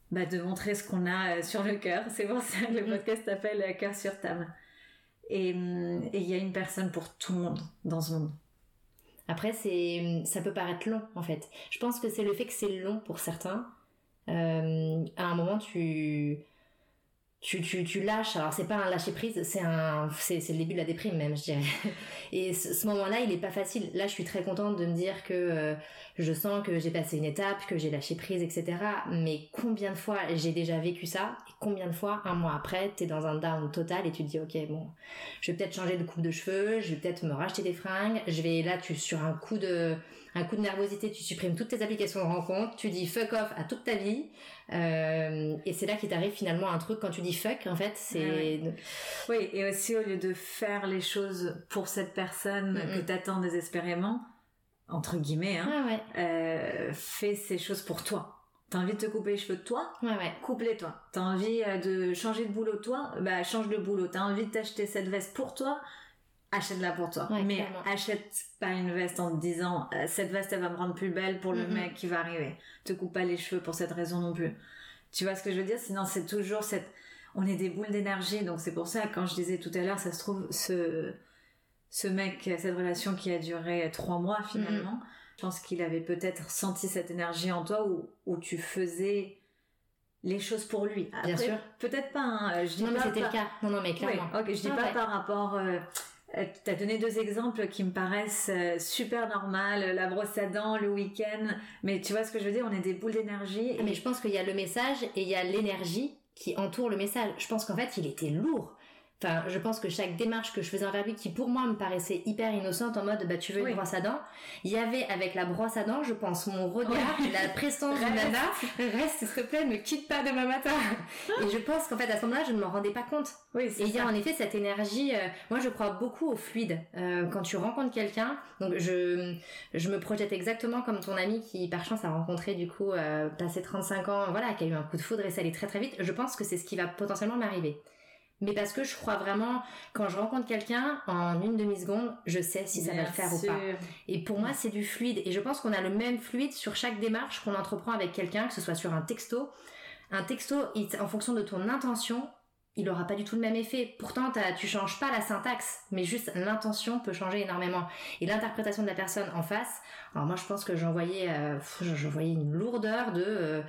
de montrer ce qu'on a sur le cœur. C'est pour ça que le podcast s'appelle Cœur sur table. Et il y a une personne pour tout le monde dans ce monde. Après, ça peut paraître long, en fait. Je pense que c'est le fait que c'est long pour certains. À un moment, tu lâches. Alors, c'est pas un lâcher prise, c'est le début de la déprime même, je dirais. Et ce moment-là, il est pas facile. Là, je suis très contente de me dire que je sens que j'ai passé une étape, que j'ai lâché prise, etc. Mais combien de fois j'ai déjà vécu ça, et combien de fois, un mois après, t'es dans un down total et tu te dis, ok, bon, je vais peut-être changer de coupe de cheveux, je vais peut-être me racheter des fringues, sur un coup de nervosité, tu supprimes toutes tes applications de rencontres, tu dis fuck off à toute ta vie, et c'est là qu'il t'arrive finalement un truc. Quand tu dis fuck, en fait, c'est... Oui, et aussi au lieu de faire les choses pour cette personne que t'attends désespérément, entre guillemets, fais ces choses pour toi. T'as envie de te couper les cheveux de toi, coupe-les toi. T'as envie de changer de boulot toi, change de boulot. T'as envie de t'acheter cette veste pour toi, achète-la pour toi. Mais clairement, achète pas une veste en te disant cette veste elle va me rendre plus belle pour le mec qui va arriver. Te coupe pas les cheveux pour cette raison non plus. Tu vois ce que je veux dire? Sinon c'est toujours on est des boules d'énergie, donc c'est pour ça quand je disais tout à l'heure, ça se trouve ce mec, cette relation qui a duré 3 mois finalement, je pense qu'il avait peut-être senti cette énergie en toi où tu faisais les choses pour lui. Après, bien sûr. Peut-être pas, je dis non, pas... mais c'était le cas. Non, mais clairement. Oui, ok, je dis pas par rapport... t'as donné 2 exemples qui me paraissent super normales, la brosse à dents, le week-end, mais tu vois ce que je veux dire, on est des boules d'énergie. Mais je pense qu'il y a le message et il y a l'énergie qui entoure le message. Je pense qu'en fait, il était lourd. Enfin, je pense que chaque démarche que je faisais envers lui, qui pour moi me paraissait hyper innocente, en mode tu veux une brosse à dents, il y avait avec la brosse à dents, je pense, mon regard, la prestance du nana, reste s'il te plaît, ne me quitte pas demain matin. Et je pense qu'en fait à ce moment-là, je ne m'en rendais pas compte. Et il y a en effet cette énergie. Moi, je crois beaucoup au fluide. Quand tu rencontres quelqu'un, donc je me projette exactement comme ton ami qui par chance a rencontré du coup passé 35 ans, qui a eu un coup de foudre et ça allait très très vite. Je pense que c'est ce qui va potentiellement m'arriver. Mais parce que je crois vraiment, quand je rencontre quelqu'un, en une demi-seconde, je sais si ça va le faire ou pas. Et pour moi, c'est du fluide. Et je pense qu'on a le même fluide sur chaque démarche qu'on entreprend avec quelqu'un, que ce soit sur un texto. Un texto, en fonction de ton intention, il aura pas du tout le même effet. Pourtant, tu changes pas la syntaxe, mais juste l'intention peut changer énormément. Et l'interprétation de la personne en face, alors moi, je pense que j'envoyais une lourdeur de...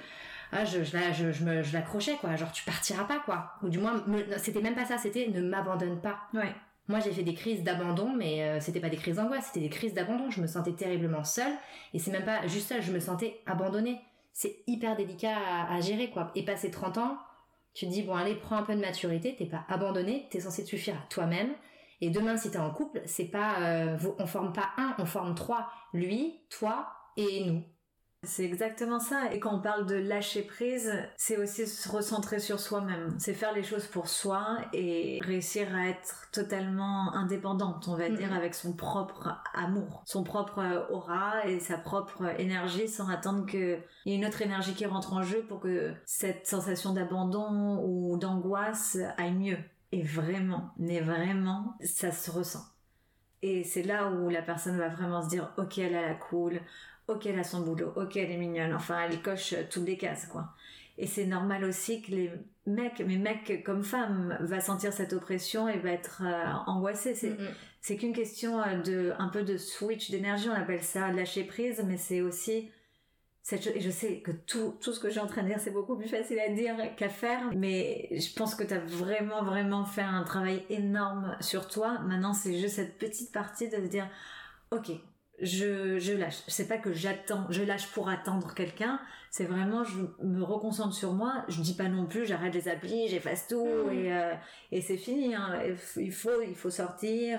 je l'accrochais, quoi. Genre, tu partiras pas, quoi. Ou du moins, c'était même pas ça, c'était ne m'abandonne pas. Ouais. Moi, j'ai fait des crises d'abandon, mais c'était pas des crises d'angoisse, c'était des crises d'abandon. Je me sentais terriblement seule. Et c'est même pas juste seule, je me sentais abandonnée. C'est hyper délicat à gérer, quoi. Et passé 30 ans, tu te dis, bon, allez, prends un peu de maturité, t'es pas abandonnée, t'es censé te suffire à toi-même. Et demain, si t'es en couple, c'est pas, on forme pas un, on forme 3. Lui, toi et nous. C'est exactement ça. Et quand on parle de lâcher prise, c'est aussi se recentrer sur soi-même. C'est faire les choses pour soi et réussir à être totalement indépendante, on va dire, avec son propre amour, son propre aura et sa propre énergie, sans attendre qu'il y ait une autre énergie qui rentre en jeu pour que cette sensation d'abandon ou d'angoisse aille mieux. Et vraiment, ça se ressent. Et c'est là où la personne va vraiment se dire « Ok, elle a la cool », ok, elle a son boulot, ok, elle est mignonne, enfin, elle coche toutes les cases, quoi. Et c'est normal aussi que les mecs comme femmes, va sentir cette oppression et va être angoissé. C'est qu'une question un peu de switch d'énergie, on appelle ça lâcher prise, mais c'est aussi cette chose, et je sais que tout ce que j'ai en train de dire, c'est beaucoup plus facile à dire qu'à faire, mais je pense que t'as vraiment fait un travail énorme sur toi. Maintenant, c'est juste cette petite partie de te dire, ok, je lâche. C'est pas que je lâche pour attendre quelqu'un, c'est vraiment je me reconcentre sur moi. Je dis pas non plus j'arrête les applis, j'efface tout et c'est fini, hein. Il faut sortir,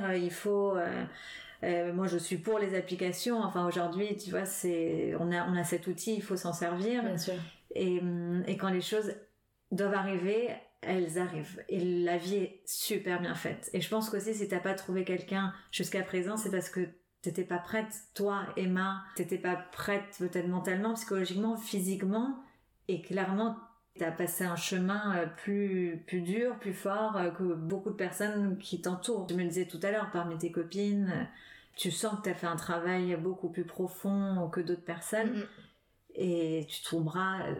moi je suis pour les applications, enfin aujourd'hui tu vois on a cet outil, il faut s'en servir. Bien sûr. Et quand les choses doivent arriver, elles arrivent et la vie est super bien faite. Et je pense qu'aussi si t'as pas trouvé quelqu'un jusqu'à présent, c'est parce que t'étais pas prête, toi, Emma, t'étais pas prête peut-être mentalement, psychologiquement, physiquement, et clairement, t'as passé un chemin plus dur, plus fort que beaucoup de personnes qui t'entourent. Tu me le disais tout à l'heure, parmi tes copines, tu sens que t'as fait un travail beaucoup plus profond que d'autres personnes, et tu tomberas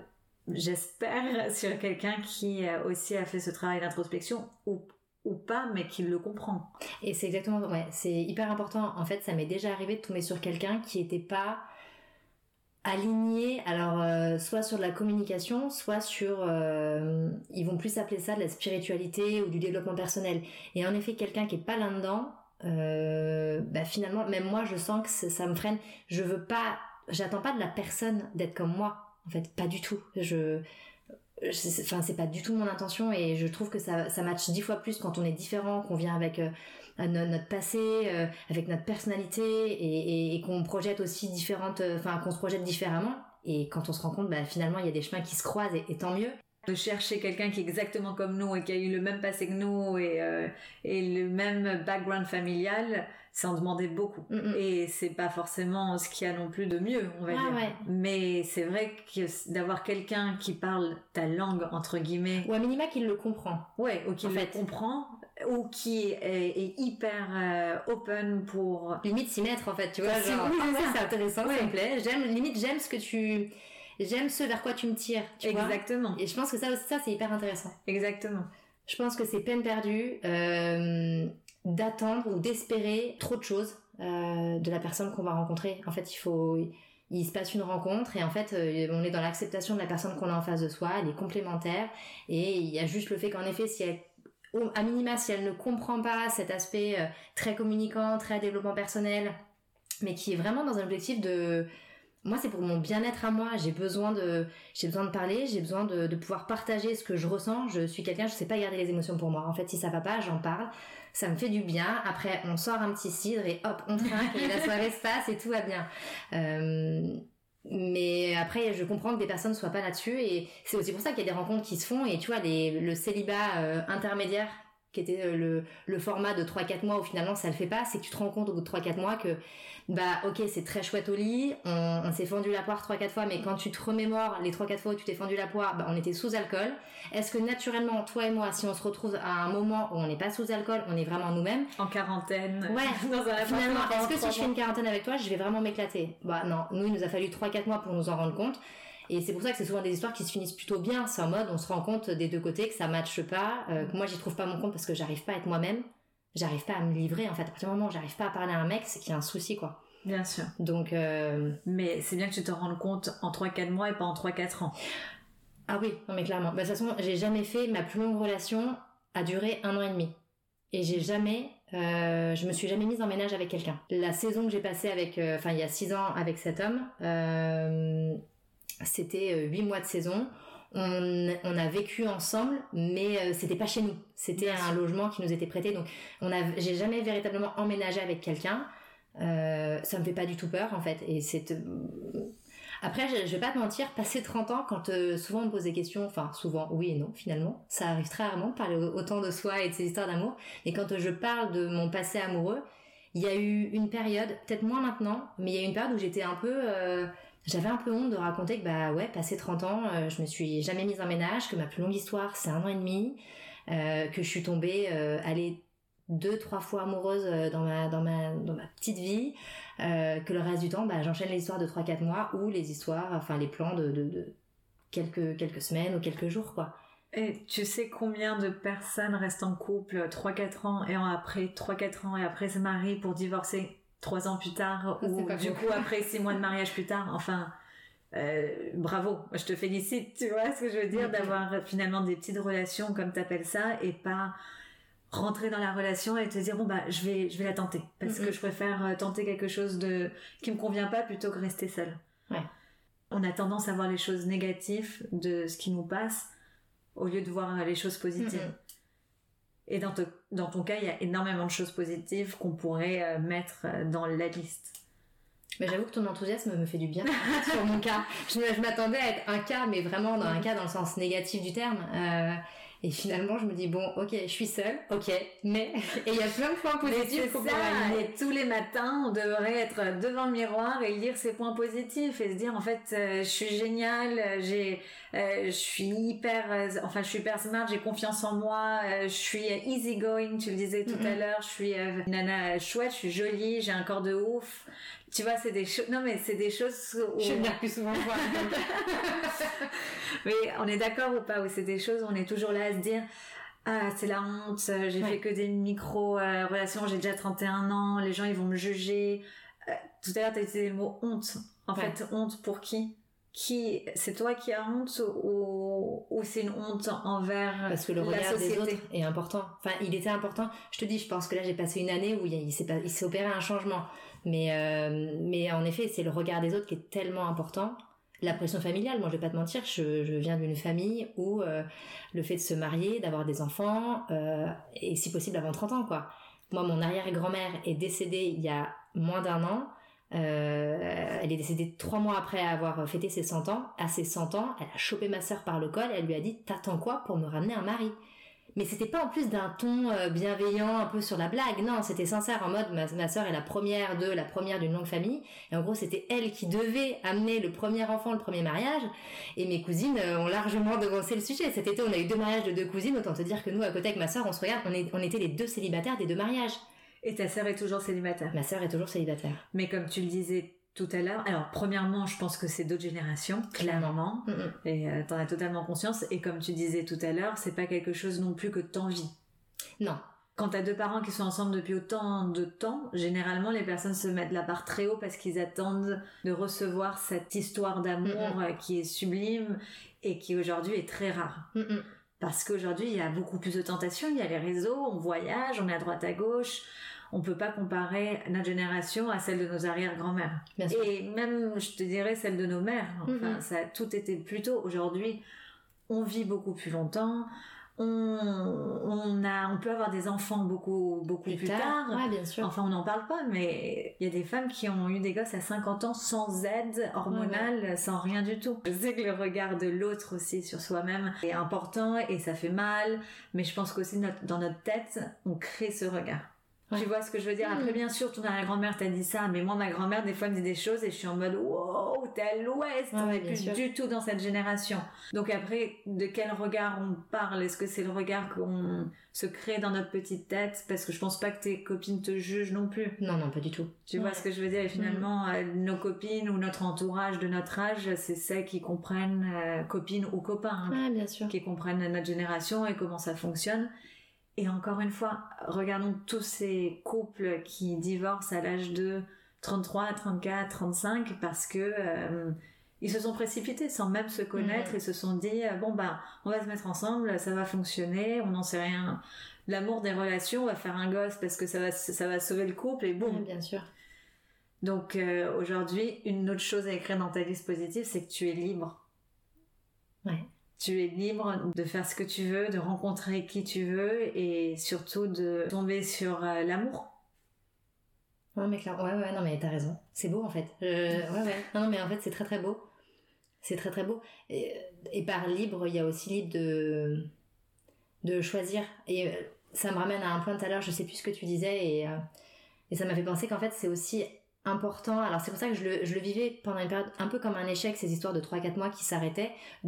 j'espère, sur quelqu'un qui aussi a fait ce travail d'introspection ou pas, mais qui le comprend. Et c'est exactement, ouais, c'est hyper important. En fait, ça m'est déjà arrivé de tomber sur quelqu'un qui était pas aligné, alors soit sur de la communication, soit sur, ils vont plus appeler ça de la spiritualité ou du développement personnel. Et en effet, quelqu'un qui est pas là-dedans, finalement, même moi, je sens que ça me freine. J'attends pas de la personne d'être comme moi. En fait, pas du tout. C'est pas du tout mon intention et je trouve que ça matche 10 fois plus quand on est différent, qu'on vient avec notre passé, avec notre personnalité et qu'on projette aussi qu'on se projette différemment. Et quand on se rend compte, finalement, il y a des chemins qui se croisent et tant mieux. De chercher quelqu'un qui est exactement comme nous et qui a eu le même passé que nous et le même background familial, ça en demandait beaucoup. Et c'est pas forcément ce qu'il y a non plus de mieux, on va dire. Ouais. Mais c'est vrai que d'avoir quelqu'un qui parle ta langue, entre guillemets... Ou à minima qu'il le comprend. Ouais, ou qu'il le comprend, ou qui est hyper open pour... Limite s'y mettre, en fait, tu vois. Genre, c'est intéressant, ça me plaît. J'aime ce que tu... J'aime ce vers quoi tu me tires, tu vois. Exactement. Et je pense que ça c'est hyper intéressant. Exactement. Je pense que c'est peine perdue d'attendre ou d'espérer trop de choses de la personne qu'on va rencontrer. En fait, il se passe une rencontre et en fait, on est dans l'acceptation de la personne qu'on a en face de soi, elle est complémentaire et il y a juste le fait qu'en effet, à minima, si elle ne comprend pas cet aspect très communicant, très développement personnel, mais qui est vraiment dans un objectif de... Moi, c'est pour mon bien-être à moi. J'ai besoin de parler, j'ai besoin de pouvoir partager ce que je ressens. Je suis quelqu'un, je sais pas garder les émotions pour moi. En fait, si ça va pas, j'en parle. Ça me fait du bien. Après, on sort un petit cidre et hop, on trinque et la soirée se passe et tout va bien. Mais après, je comprends que des personnes soient pas là-dessus et c'est aussi pour ça qu'il y a des rencontres qui se font et tu vois, le célibat intermédiaire qui était le format de 3-4 mois où finalement ça le fait pas, c'est que tu te rends compte au bout de 3-4 mois que ok, c'est très chouette au lit, on s'est fendu la poire 3-4 fois, mais quand tu te remémores les 3-4 fois où tu t'es fendu la poire, on était sous alcool. Est-ce que naturellement, toi et moi, si on se retrouve à un moment où on n'est pas sous alcool, on est vraiment nous-mêmes en quarantaine, ouais, dans un finalement, est-ce que si je fais une quarantaine avec toi, je vais vraiment m'éclater? Non, nous il nous a fallu 3-4 mois pour nous en rendre compte. Et c'est pour ça que c'est souvent des histoires qui se finissent plutôt bien. C'est en mode, on se rend compte des deux côtés que ça matche pas, que moi j'y trouve pas mon compte parce que j'arrive pas à être moi-même, j'arrive pas à me livrer. En fait, à partir du moment où j'arrive pas à parler à un mec, c'est qu'il y a un souci, quoi. Bien sûr. Donc, mais c'est bien que tu te rendes compte en 3-4 mois et pas en 3-4 ans. Ah oui, non mais clairement. De toute façon, j'ai jamais fait, ma plus longue relation a duré 1 an et demi. Et je me suis jamais mise en ménage avec quelqu'un. La saison que j'ai passée il y a 6 ans avec cet homme, c'était 8 mois de saison. On a vécu ensemble, mais c'était pas chez nous. C'était un logement qui nous était prêté. Donc, j'ai jamais véritablement emménagé avec quelqu'un. Ça me fait pas du tout peur, en fait. Et après, je vais pas te mentir, passer 30 ans, quand souvent on me pose des questions, enfin souvent, oui et non, finalement, ça arrive très rarement de parler autant de soi et de ses histoires d'amour. Et quand je parle de mon passé amoureux, il y a eu une période, peut-être moins maintenant, mais il y a eu une période où j'étais un peu... j'avais un peu honte de raconter que passé 30 ans, je me suis jamais mise en ménage, que ma plus longue histoire c'est 1 an et demi, que je suis tombée 2-3 fois amoureuse dans ma petite vie, que le reste du temps j'enchaîne les histoires de 3-4 mois ou les histoires, enfin les plans de quelques semaines ou quelques jours, quoi. Et tu sais combien de personnes restent en couple 3-4 ans et après 3-4 ans et après se marient pour divorcer 3 ans plus tard ou du coup après 6 mois de mariage plus tard, enfin bravo, je te félicite, tu vois ce que je veux dire, d'avoir finalement des petites relations comme t'appelles ça et pas rentrer dans la relation et te dire je vais la tenter parce que je préfère tenter quelque chose qui me convient pas plutôt que rester seule. Ouais. On a tendance à voir les choses négatives de ce qui nous passe au lieu de voir les choses positives. Et dans ton cas, il y a énormément de choses positives qu'on pourrait mettre dans la liste. Mais j'avoue que ton enthousiasme me fait du bien sur mon cas. Je m'attendais à être un cas, mais vraiment un cas dans le sens négatif du terme. Et finalement, je me dis, bon, ok, je suis seule, ok, mais... Et il y a plein de points positifs. C'est ça, et tous les matins, on devrait être devant le miroir et lire ses points positifs et se dire, en fait, je suis géniale, je suis hyper smart, j'ai confiance en moi, je suis easy going, tu le disais tout à l'heure, je suis nana chouette, je suis jolie, j'ai un corps de ouf. Tu vois, c'est des choses... Non, mais c'est des choses où... Je vais venir plus souvent voir. Mais on est d'accord ou pas? Où c'est des choses où on est toujours là à se dire... Ah, c'est la honte, j'ai fait que des micro-relations, j'ai déjà 31 ans, les gens, ils vont me juger. Tout à l'heure, tu as utilisé le mot honte. En fait, honte pour qui? C'est toi qui as honte ou c'est une honte envers la société? Parce que le regard des autres est important. Enfin, il était important. Je te dis, je pense que là, j'ai passé une année où il s'est opéré un changement. Mais en effet, c'est le regard des autres qui est tellement important. La pression familiale, moi je vais pas te mentir, je viens d'une famille où le fait de se marier, d'avoir des enfants, et si possible avant 30 ans, quoi. Moi, mon arrière-grand-mère est décédée il y a moins d'1 an. Elle est décédée 3 mois après avoir fêté ses 100 ans. À ses 100 ans, elle a chopé ma sœur par le col et elle lui a dit « T'attends quoi pour me ramener un mari ?» Mais c'était pas en plus d'un ton bienveillant, un peu sur la blague. Non, c'était sincère, en mode ma sœur est la première d'une longue famille. Et en gros, c'était elle qui devait amener le premier enfant, le premier mariage. Et mes cousines ont largement devancé le sujet. Cet été, on a eu 2 mariages de 2 cousines. Autant te dire que nous, à côté avec ma sœur, on se regarde, on était les 2 célibataires des 2 mariages. Et ta sœur est toujours célibataire? Ma sœur est toujours célibataire. Mais comme tu le disais tout à l'heure, alors premièrement, je pense que c'est d'autres générations, clairement, et t'en as totalement conscience, et comme tu disais tout à l'heure, c'est pas quelque chose non plus que t'envies. Non. Quand t'as 2 parents qui sont ensemble depuis autant de temps, généralement les personnes se mettent la barre très haut parce qu'ils attendent de recevoir cette histoire d'amour qui est sublime et qui aujourd'hui est très rare. Parce qu'aujourd'hui il y a beaucoup plus de tentations, il y a les réseaux, on voyage, on est à droite à gauche. On peut pas comparer notre génération à celle de nos arrière-grand-mères. Et même, je te dirais, celle de nos mères. Enfin, ça a tout été plus tôt. Aujourd'hui, on vit beaucoup plus longtemps. On peut avoir des enfants beaucoup plus tard. Ouais, bien sûr. Enfin, on n'en parle pas, mais il y a des femmes qui ont eu des gosses à 50 ans sans aide hormonale, sans rien du tout. Je sais que le regard de l'autre aussi sur soi-même est important et ça fait mal, mais je pense qu'aussi dans notre tête, on crée ce regard. Tu vois ce que je veux dire? Après, bien sûr, ton arrière-grand-mère t'a dit ça, mais moi, ma grand-mère, des fois, me dit des choses et je suis en mode, wow, t'es à l'ouest, on n'est plus du tout dans cette génération. Donc après, de quel regard on parle? Est-ce que c'est le regard qu'on se crée dans notre petite tête? Parce que je pense pas que tes copines te jugent non plus. Non, pas du tout. Tu vois ce que je veux dire? Et finalement, nos copines ou notre entourage de notre âge, c'est celles qui comprennent, copines ou copains, bien sûr. Qui comprennent notre génération et comment ça fonctionne. Et encore une fois, regardons tous ces couples qui divorcent à l'âge de 33, 34, 35 parce que ils se sont précipités sans même se connaître et se sont dit on va se mettre ensemble, ça va fonctionner, on n'en sait rien. L'amour des relations, on va faire un gosse parce que ça va sauver le couple et boum. Bien sûr. Donc aujourd'hui, une autre chose à écrire dans ta liste positive, c'est que tu es libre. Ouais. Tu es libre de faire ce que tu veux, de rencontrer qui tu veux et surtout de tomber sur l'amour. Ouais, mais clairement, non, mais t'as raison. C'est beau en fait. Non, mais en fait, c'est très très beau. C'est très très beau. Et par libre, il y a aussi libre de choisir. Et ça me ramène à un point tout à l'heure, je sais plus ce que tu disais, et ça m'a fait penser qu'en fait, c'est aussi important. Alors c'est pour ça que je le vivais pendant une période un peu comme un échec, ces histoires de 3-4 mois qui s'arrêtaient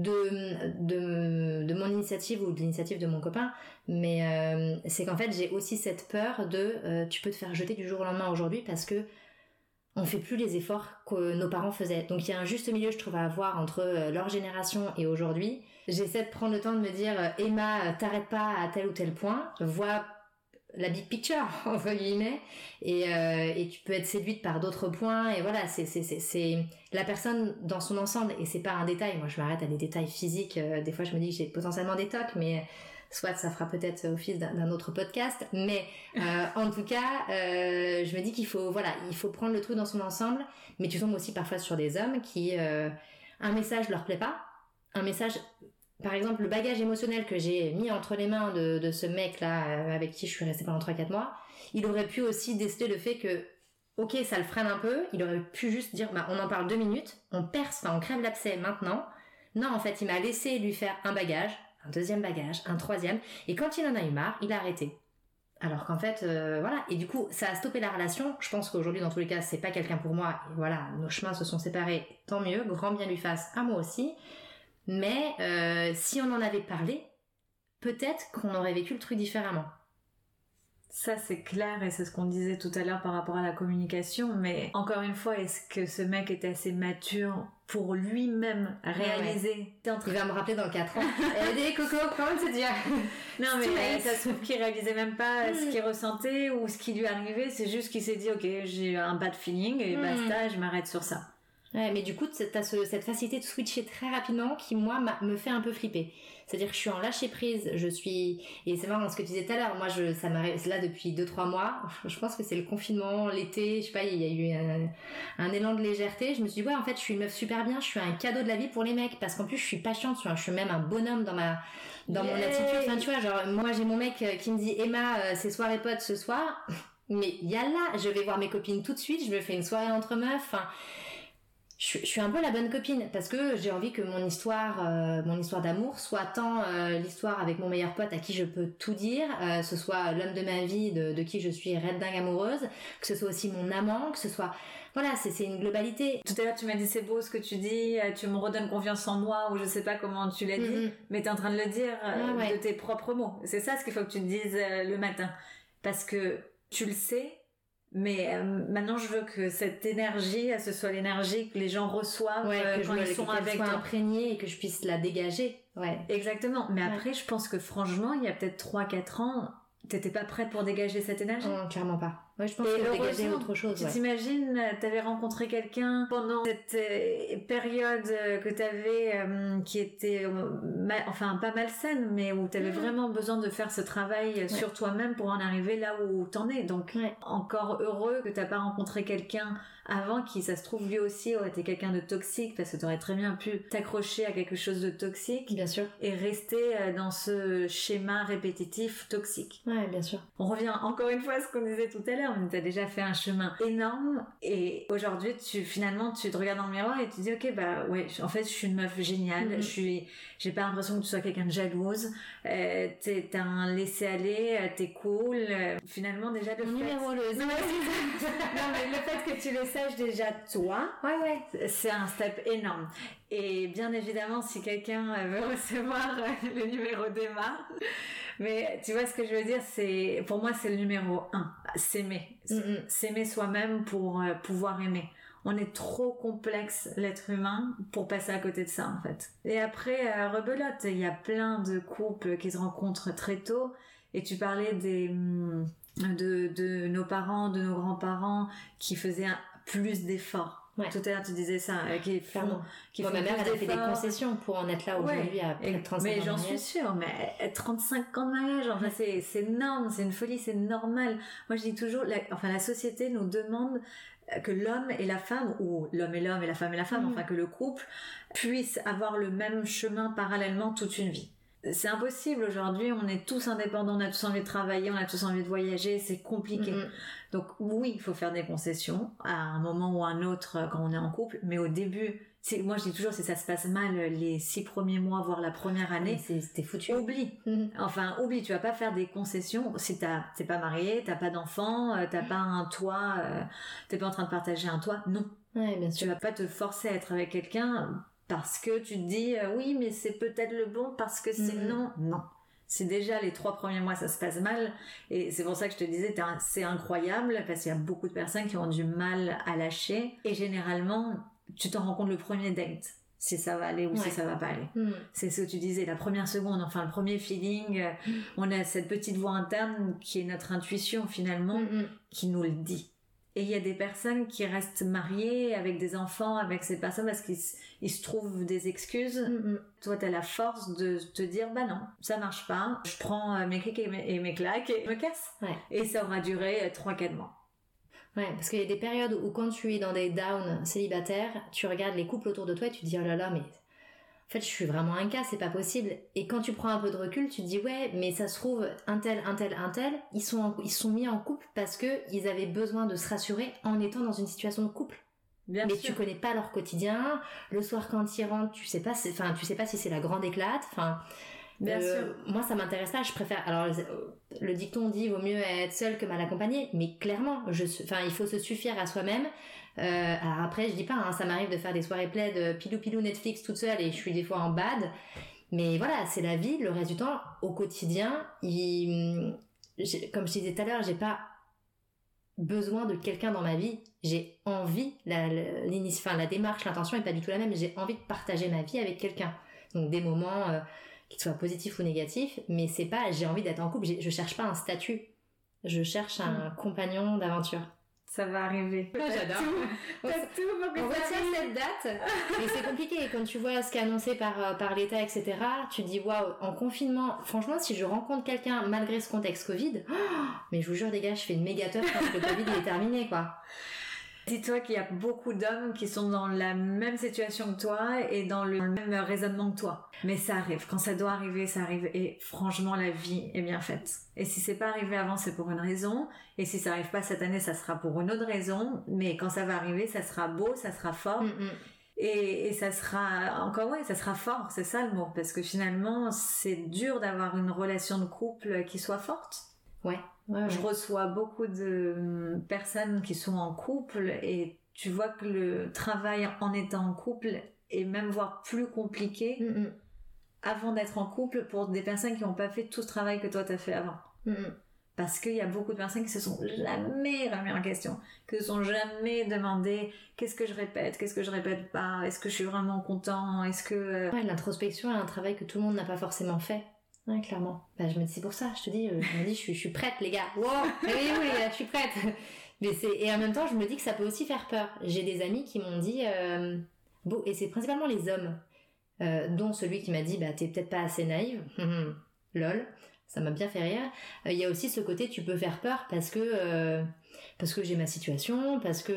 de mon initiative ou de l'initiative de mon copain, mais c'est qu'en fait j'ai aussi cette peur de tu peux te faire jeter du jour au lendemain aujourd'hui parce que on fait plus les efforts que nos parents faisaient. Donc il y a un juste milieu, je trouve, à avoir entre leur génération et aujourd'hui. J'essaie de prendre le temps de me dire Emma, t'arrêtes pas à tel ou tel point, vois la big picture entre guillemets, et tu peux être séduite par d'autres points, et voilà, c'est la personne dans son ensemble, et c'est pas un détail. Moi je m'arrête à des détails physiques, des fois je me dis que j'ai potentiellement des tocs, mais soit ça fera peut-être office d'un autre podcast, mais en tout cas je me dis qu'il faut prendre le truc dans son ensemble. Mais tu tombes aussi parfois sur des hommes qui un message leur plaît pas, un message. Par exemple, le bagage émotionnel que j'ai mis entre les mains de ce mec-là avec qui je suis restée pendant 3-4 mois, il aurait pu aussi déceler le fait que, ok, ça le freine un peu, il aurait pu juste dire, on en parle 2 minutes, on crève l'abcès maintenant. Non, en fait, il m'a laissé lui faire un bagage, un deuxième bagage, un troisième, et quand il en a eu marre, il a arrêté. Alors qu'en fait, voilà, et du coup, ça a stoppé la relation. Je pense qu'aujourd'hui, dans tous les cas, c'est pas quelqu'un pour moi, et voilà, nos chemins se sont séparés, tant mieux, grand bien lui fasse, à moi aussi. Mais si on en avait parlé, peut-être qu'on aurait vécu le truc différemment. Ça, c'est clair, et c'est ce qu'on disait tout à l'heure par rapport à la communication, mais encore une fois, est-ce que ce mec était assez mature pour lui-même réaliser? Ouais. Il va me rappeler dans 4 ans. Eh, Coco, comment te dire? Non, mais ça se trouve qu'il réalisait même pas ce qu'il ressentait ou ce qui lui arrivait, c'est juste qu'il s'est dit, ok, j'ai un bad feeling, et basta, je m'arrête sur ça. Ouais, mais du coup, t'as cette facilité de switcher très rapidement qui, moi, me fait un peu flipper. C'est-à-dire que je suis en lâcher prise, et c'est marrant ce que tu disais tout à l'heure, moi, ça m'arrive là depuis 2-3 mois, je pense que c'est le confinement, l'été, je sais pas, il y a eu un élan de légèreté, je me suis dit, ouais, en fait, je suis une meuf super bien, je suis un cadeau de la vie pour les mecs, parce qu'en plus, je suis pas chiante, je suis même un bonhomme dans mon attitude, enfin, tu vois, genre, moi, j'ai mon mec qui me dit, Emma, c'est soirée pote ce soir, mais yallah, je vais voir mes copines tout de suite, je me fais une soirée entre meufs, enfin, je suis un peu la bonne copine parce que j'ai envie que mon histoire d'amour soit tant l'histoire avec mon meilleur pote à qui je peux tout dire, ce soit l'homme de ma vie de qui je suis red dingue amoureuse, que ce soit aussi mon amant, que ce soit voilà, c'est une globalité. Tout à l'heure tu m'as dit c'est beau ce que tu dis, tu me redonnes confiance en moi, ou je sais pas comment tu l'as dit, mais t'es en train de le dire de tes propres mots. C'est ça ce qu'il faut que tu te dises le matin, parce que tu le sais. Mais maintenant, je veux que cette énergie, ce soit l'énergie que les gens reçoivent quand ils sont avec toi. Imprégnée et que je puisse la dégager. Ouais. Exactement. Mais après, je pense que franchement, il y a peut-être 3-4 ans, t'étais pas prête pour dégager cette énergie. Non, clairement pas. Ouais, je pense qu'il faut dégager autre chose. Tu t'imagines, t'avais rencontré quelqu'un pendant cette période que t'avais, qui était, enfin pas malsaine, mais où t'avais vraiment besoin de faire ce travail sur toi-même pour en arriver là où t'en es. Donc, encore heureux que t'as pas rencontré quelqu'un avant qui, ça se trouve, lui aussi aurait été quelqu'un de toxique, parce que t'aurais très bien pu t'accrocher à quelque chose de toxique. Bien sûr. Et rester dans ce schéma répétitif toxique. Ouais, bien sûr. On revient encore une fois à ce qu'on disait tout à l'heure. Tu as déjà fait un chemin énorme, et aujourd'hui finalement tu te regardes dans le miroir et tu dis ok, bah ouais, en fait je suis une meuf géniale, j'ai pas l'impression que tu sois quelqu'un de jalouse, t'es un laisser-aller, t'es cool, finalement déjà le non, mais le fait que tu le saches déjà toi, c'est un step énorme. Et bien évidemment, si quelqu'un veut recevoir le numéro d'Emma, mais tu vois ce que je veux dire, c'est, pour moi c'est le numéro 1, s'aimer. S'aimer soi-même pour pouvoir aimer. On est trop complexe, l'être humain, pour passer à côté de ça, en fait. Et après, rebelote, il y a plein de couples qui se rencontrent très tôt, et tu parlais de nos parents, de nos grands-parents, qui faisaient plus d'efforts. Ouais. Tout à l'heure tu disais ça, qui font ma mère elle a fait des concessions pour en être là aujourd'hui à près de 35 ans. Mais j'en suis sûre, mais 35 ans de mariage, enfin c'est énorme, c'est une folie, c'est normal. Moi je dis toujours, la société nous demande que l'homme et la femme, ou l'homme et l'homme et la femme, enfin que le couple puisse avoir le même chemin parallèlement toute une vie. C'est impossible aujourd'hui, on est tous indépendants, on a tous envie de travailler, on a tous envie de voyager, c'est compliqué. Donc oui, il faut faire des concessions à un moment ou à un autre quand on est en couple, mais au début, moi je dis toujours, si ça se passe mal les 6 premiers mois, voire la première année, t'es foutu. Oublie. Enfin, oublie, tu vas pas faire des concessions si t'es pas marié, t'as pas d'enfant, t'as pas un toit, t'es pas en train de partager un toit, non. Ouais, bien sûr. Tu vas pas te forcer à être avec quelqu'un parce que tu te dis oui mais c'est peut-être le bon, parce que sinon non, c'est déjà les 3 premiers mois ça se passe mal, et c'est pour ça que je te disais c'est incroyable, parce qu'il y a beaucoup de personnes qui ont du mal à lâcher, et généralement tu t'en rends compte le premier date, si ça va aller ou si ça va pas aller. C'est ce que tu disais, la première seconde, enfin le premier feeling, on a cette petite voix interne qui est notre intuition finalement, qui nous le dit. Et il y a des personnes qui restent mariées avec des enfants avec ces personnes parce qu'ils se trouvent des excuses. Toi, t'as la force de te dire, bah non, ça marche pas. Je prends mes clics et mes claques et me casse. Et ça aura duré 3-4 mois. Ouais, parce qu'il y a des périodes où quand tu es dans des downs célibataires, tu regardes les couples autour de toi et tu te dis, oh là là, mais en fait, je suis vraiment un cas, c'est pas possible. Et quand tu prends un peu de recul, tu te dis, ouais, mais ça se trouve, un tel, ils sont mis en couple parce que ils avaient besoin de se rassurer en étant dans une situation de couple. Bien mais sûr. Tu connais pas leur quotidien. Le soir, quand ils rentrent, tu sais pas si c'est la grande éclate. Enfin, Bien sûr. Moi, ça m'intéresse pas. Je préfère. Alors, le dicton dit vaut mieux être seul que mal accompagné, mais clairement, il faut se suffire à soi-même. Alors après, je dis pas, ça m'arrive de faire des soirées plaid, pilou Netflix toute seule et je suis des fois en bad. Mais voilà, c'est la vie. Le reste du temps, au quotidien, comme je disais tout à l'heure, j'ai pas besoin de quelqu'un dans ma vie. J'ai envie, la démarche, l'intention est pas du tout la même. J'ai envie de partager ma vie avec quelqu'un. Donc des moments qu'ils soient positifs ou négatifs, mais c'est pas, j'ai envie d'être en couple. Je cherche pas un statut. Je cherche un compagnon d'aventure. Ça va arriver. J'adore. T'as tout pour que on ça retient arrive. cette date. Mais c'est compliqué. Et quand tu vois ce qui est annoncé par l'État, etc., tu te dis waouh, en confinement, franchement, si je rencontre quelqu'un malgré ce contexte Covid, mais je vous jure, les gars, je fais une méga teuf quand le Covid il est terminé, quoi. Dis-toi qu'il y a beaucoup d'hommes qui sont dans la même situation que toi et dans le même raisonnement que toi. Mais ça arrive. Quand ça doit arriver, ça arrive. Et franchement, la vie est bien faite. Et si c'est pas arrivé avant, c'est pour une raison. Et si ça arrive pas cette année, ça sera pour une autre raison. Mais quand ça va arriver, ça sera beau, ça sera fort. Et ça sera ça sera fort. C'est ça le mot. Parce que finalement, c'est dur d'avoir une relation de couple qui soit forte. Ouais. Je reçois beaucoup de personnes qui sont en couple et tu vois que le travail en étant en couple est même voire plus compliqué avant d'être en couple pour des personnes qui n'ont pas fait tout ce travail que toi t'as fait avant. Parce qu'il y a beaucoup de personnes qui se sont jamais remis en question, qui se sont jamais demandé qu'est-ce que je répète pas, est-ce que je suis vraiment content, est-ce que... L'introspection est un travail que tout le monde n'a pas forcément fait. Ouais, clairement. Je me dis, c'est pour ça, je te dis, je suis prête, les gars. Wow, oui, je suis prête. Et en même temps, je me dis que ça peut aussi faire peur. J'ai des amis qui m'ont dit, et c'est principalement les hommes, dont celui qui m'a dit, t'es peut-être pas assez naïve. Lol. Ça m'a bien fait rire. Il y a aussi ce côté, tu peux faire peur parce que j'ai ma situation, parce que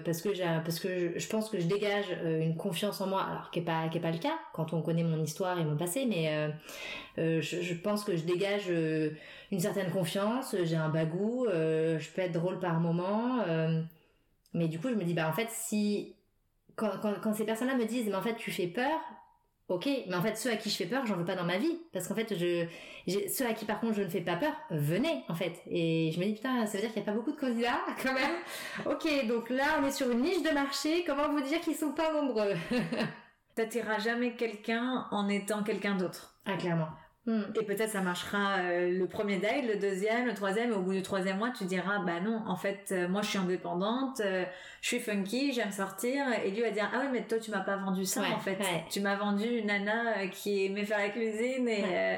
je pense que je dégage une confiance en moi, alors qui est pas le cas quand on connaît mon histoire et mon passé, mais je pense que je dégage une certaine confiance, j'ai un bagou, je peux être drôle par moment, mais du coup je me dis en fait si quand ces personnes-là me disent mais en fait tu fais peur. Ok, mais en fait, ceux à qui je fais peur, j'en veux pas dans ma vie. Parce qu'en fait, ceux à qui par contre je ne fais pas peur, venez, en fait. Et je me dis, putain, ça veut dire qu'il n'y a pas beaucoup de candidats, quand même. Ok, donc là, on est sur une niche de marché. Comment vous dire qu'ils sont pas nombreux? T'attireras jamais quelqu'un en étant quelqu'un d'autre. Ah, clairement. Et peut-être ça marchera le premier date, le deuxième, le troisième, et au bout du troisième mois tu diras non, en fait moi je suis indépendante, je suis funky, j'aime sortir, et lui va dire ah oui mais toi tu m'as pas vendu ça en fait, tu m'as vendu une nana qui aimait faire la cuisine et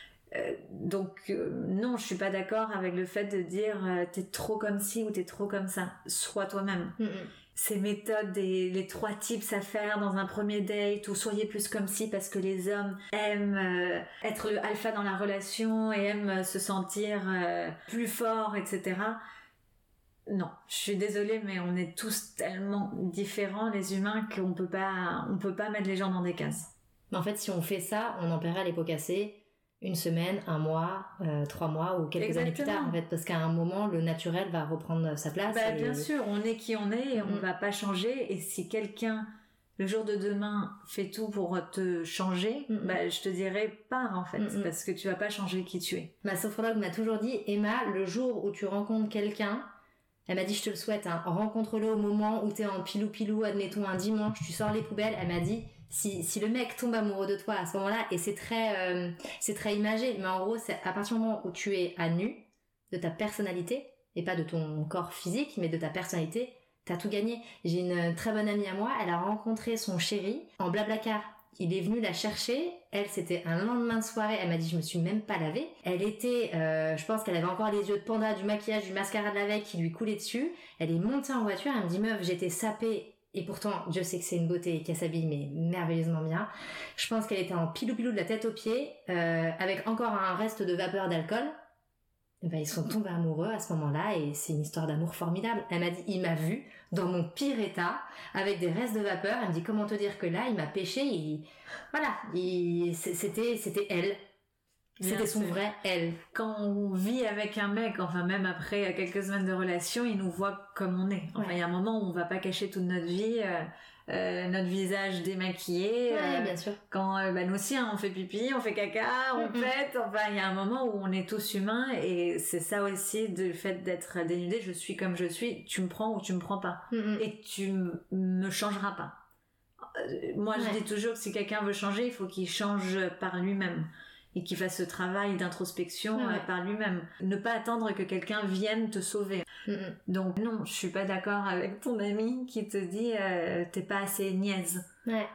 donc non, je suis pas d'accord avec le fait de dire t'es trop comme ci ou t'es trop comme ça. Sois toi-même. Ces méthodes et les 3 tips à faire dans un premier date ou soyez plus comme ci parce que les hommes aiment être le alpha dans la relation et aiment se sentir plus fort, etc. Non, je suis désolée mais on est tous tellement différents les humains qu'on peut pas mettre les gens dans des cases. Mais en fait si on fait ça, on en paiera les pots cassés 1 semaine, 1 mois, 3 mois ou quelques années plus tard en fait, parce qu'à un moment le naturel va reprendre sa place. Bien sûr, on est qui on est et on va pas changer, et si quelqu'un le jour de demain fait tout pour te changer, je te dirais pars en fait, parce que tu vas pas changer qui tu es. Ma sophrologue m'a toujours dit Emma, le jour où tu rencontres quelqu'un, elle m'a dit je te le souhaite, rencontre-le au moment où t'es en pilou, admettons un dimanche, tu sors les poubelles, elle m'a dit si le mec tombe amoureux de toi à ce moment-là, et c'est très imagé, mais en gros c'est à partir du moment où tu es à nu de ta personnalité, et pas de ton corps physique, mais de ta personnalité, t'as tout gagné. J'ai une très bonne amie à moi, elle a rencontré son chéri en Blablacar. Il est venu la chercher, elle c'était un lendemain de soirée, elle m'a dit je me suis même pas lavée. Elle était, je pense qu'elle avait encore les yeux de panda, du maquillage, du mascara de la veille qui lui coulait dessus. Elle est montée en voiture, elle me dit meuf j'étais sapée. Et pourtant, Dieu sait que c'est une beauté et qu'elle s'habille mais merveilleusement bien. Je pense qu'elle était en pilou de la tête aux pieds, avec encore un reste de vapeur d'alcool. Et ils sont tombés amoureux à ce moment-là et c'est une histoire d'amour formidable. Elle m'a dit, il m'a vu dans mon pire état, avec des restes de vapeur. Elle me dit, comment te dire que là, il m'a pêché, c'était elle. C'était son vrai elle. Quand on vit avec un mec, enfin même après quelques semaines de relation, il nous voit comme on est. Enfin, il y a un moment où on va pas cacher toute notre vie, notre visage démaquillé. Bien sûr. Quand nous aussi, on fait pipi, on fait caca, on pète. Enfin, il y a un moment où on est tous humains et c'est ça aussi le fait d'être dénudé. Je suis comme je suis. Tu me prends ou tu me prends pas. Et tu me changeras pas. Moi, je dis toujours que si quelqu'un veut changer, il faut qu'il change par lui-même. Et qu'il fasse ce travail d'introspection par lui-même. Ne pas attendre que quelqu'un vienne te sauver. Donc non, je suis pas d'accord avec ton ami qui te dit t'es pas assez niaise.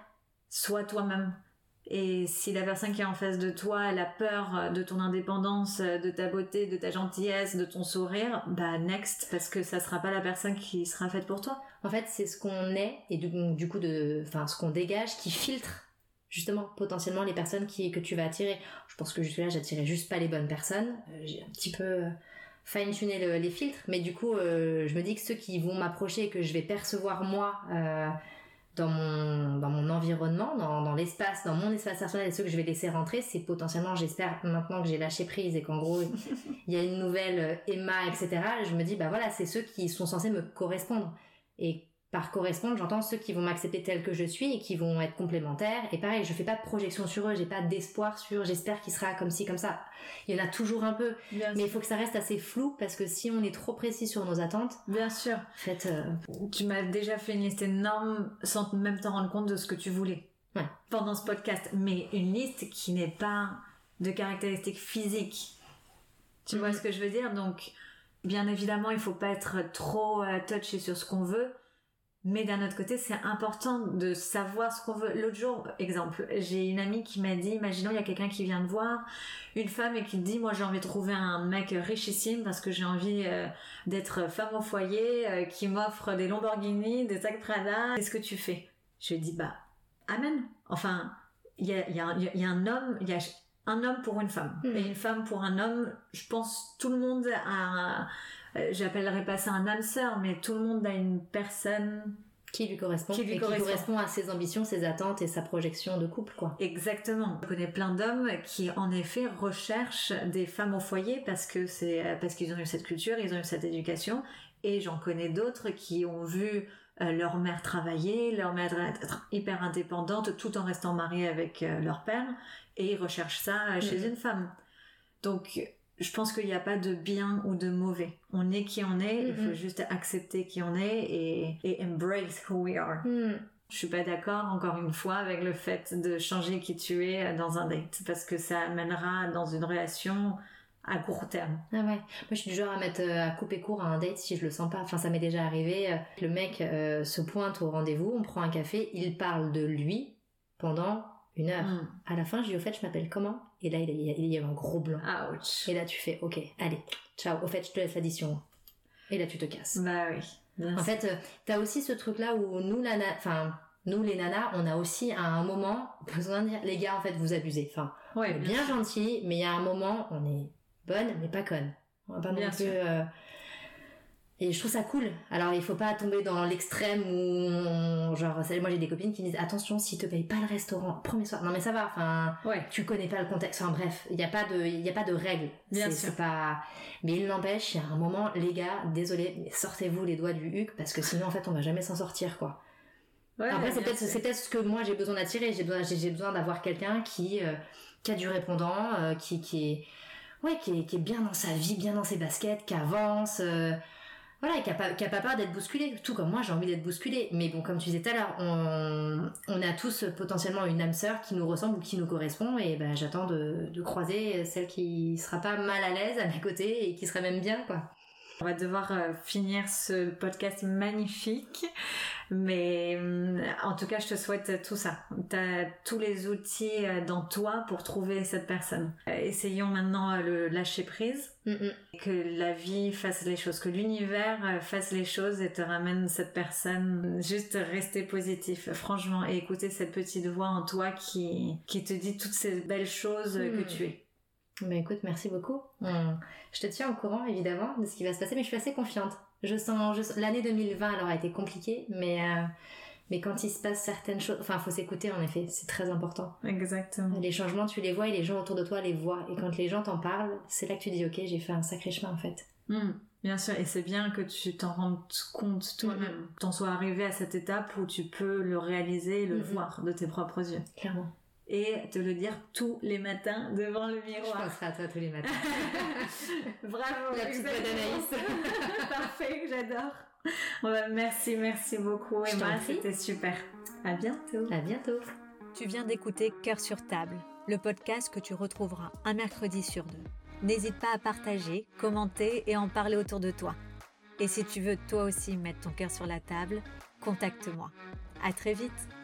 Sois toi-même. Et si la personne qui est en face de toi, elle a peur de ton indépendance, de ta beauté, de ta gentillesse, de ton sourire, bah next, parce que ça sera pas la personne qui sera faite pour toi. En fait, c'est ce qu'on est et du coup ce qu'on dégage qui filtre justement potentiellement les personnes que tu vas attirer. Je pense que jusque là j'attirais juste pas les bonnes personnes, j'ai un petit peu fine-tuné les filtres, mais du coup je me dis que ceux qui vont m'approcher et que je vais percevoir moi dans mon environnement, dans mon espace personnel, et ceux que je vais laisser rentrer, c'est potentiellement, j'espère maintenant que j'ai lâché prise et qu'en gros il y a une nouvelle Emma, etc., je me dis bah voilà, c'est ceux qui sont censés me correspondre. Et par correspondre, j'entends ceux qui vont m'accepter tel que je suis et qui vont être complémentaires. Et pareil, je fais pas de projection sur eux, j'ai pas d'espoir sur j'espère qu'il sera comme ci, comme ça. Il y en a toujours un peu. Mais il faut que ça reste assez flou parce que si on est trop précis sur nos attentes... Bien sûr. En fait... Tu m'as déjà fait une liste énorme sans même te rendre compte de ce que tu voulais. Pendant ce podcast. Mais une liste qui n'est pas de caractéristiques physiques. Tu vois ce que je veux dire? Donc, bien évidemment, il faut pas être trop touché sur ce qu'on veut. Mais d'un autre côté, c'est important de savoir ce qu'on veut. L'autre jour, exemple, j'ai une amie qui m'a dit, imaginons, il y a quelqu'un qui vient te voir, une femme, et qui te dit, moi j'ai envie de trouver un mec richissime parce que j'ai envie d'être femme au foyer, qui m'offre des Lamborghini, des sacs Prada. Qu'est-ce que tu fais? Je lui dis, bah, amen. Enfin, il y a un homme, il y a un homme pour une femme et une femme pour un homme. Je pense tout le monde a... j'appellerais pas ça un âme sœur, mais tout le monde a une personne qui lui correspond à ses ambitions, ses attentes et sa projection de couple, quoi. Exactement. Je connais plein d'hommes qui, en effet, recherchent des femmes au foyer parce qu'ils ont eu cette culture, ils ont eu cette éducation, et j'en connais d'autres qui ont vu leur mère travailler, leur mère être hyper indépendante tout en restant mariée avec leur père, et ils recherchent ça chez une femme. Donc je pense qu'il n'y a pas de bien ou de mauvais. On est qui on est, il faut juste accepter qui on est et embrace who we are. Je suis pas d'accord, encore une fois, avec le fait de changer qui tu es dans un date, parce que ça amènera dans une relation à court terme. Ah ouais. Moi, je suis du genre à couper court à un date si je le sens pas. Enfin, ça m'est déjà arrivé. Le mec se pointe au rendez-vous, on prend un café, il parle de lui pendant 1 heure. À la fin, je dis au fait, je m'appelle comment? Et là, il y a un gros blanc. Ouch. Et là, tu fais, ok, allez, ciao. Au fait, je te laisse l'addition. Et là, tu te casses. Bah oui. En fait, t'as aussi ce truc-là où nous, les nanas, on a aussi à un moment besoin de dire, les gars, en fait, vous abusez. Enfin, on est bien gentils, mais il y a un moment, on est bonne, mais pas conne. On va pas non plus... Et je trouve ça cool. Alors, il faut pas tomber dans l'extrême où moi j'ai des copines qui me disent attention, s'ils te payent pas le restaurant premier soir. Non mais ça va, enfin, tu connais pas le contexte. Enfin bref, il y a pas de règles. Bien sûr. C'est pas... Mais il n'empêche, il y a un moment, les gars, désolé, mais sortez-vous les doigts du huc parce que sinon en fait on va jamais s'en sortir, quoi. Après c'est peut-être ce que moi j'ai besoin d'attirer. J'ai besoin d'avoir quelqu'un qui a du répondant, qui est bien dans sa vie, bien dans ses baskets, qui avance. Voilà, et qui a pas peur d'être bousculé, tout comme moi j'ai envie d'être bousculé. Mais bon, comme tu disais tout à l'heure, on a tous potentiellement une âme sœur qui nous ressemble ou qui nous correspond, et ben j'attends de croiser celle qui sera pas mal à l'aise à mes côtés et qui sera même bien, quoi. On va devoir finir ce podcast magnifique, mais en tout cas je te souhaite tout ça. T'as tous les outils dans toi pour trouver cette personne. Essayons maintenant le lâcher prise, que la vie fasse les choses, que l'univers fasse les choses et te ramène cette personne. Juste rester positif, franchement, et écouter cette petite voix en toi qui te dit toutes ces belles choses que tu es. Bah écoute, merci beaucoup. Je te tiens au courant évidemment de ce qui va se passer, mais je suis assez confiante. Je sens l'année 2020 alors a été compliquée, mais Mais quand il se passe certaines choses, enfin, faut s'écouter en effet, c'est très important. Exactement. Les changements, tu les vois et les gens autour de toi les voient. Et quand les gens t'en parlent, c'est là que tu dis, ok, j'ai fait un sacré chemin en fait. Bien sûr, et c'est bien que tu t'en rendes compte toi-même, que t'en sois arrivé à cette étape où tu peux le réaliser et le voir de tes propres yeux. Clairement. Et te le dire tous les matins devant le miroir. Je penserai à toi tous les matins. Bravo, la petite voix d'Anaïs. Parfait, j'adore. Merci beaucoup Emma, c'était super. À bientôt. À bientôt. Tu viens d'écouter Cœur sur table, le podcast que tu retrouveras un mercredi sur 2. N'hésite pas à partager, commenter et en parler autour de toi. Et si tu veux toi aussi mettre ton cœur sur la table, contacte-moi. À très vite.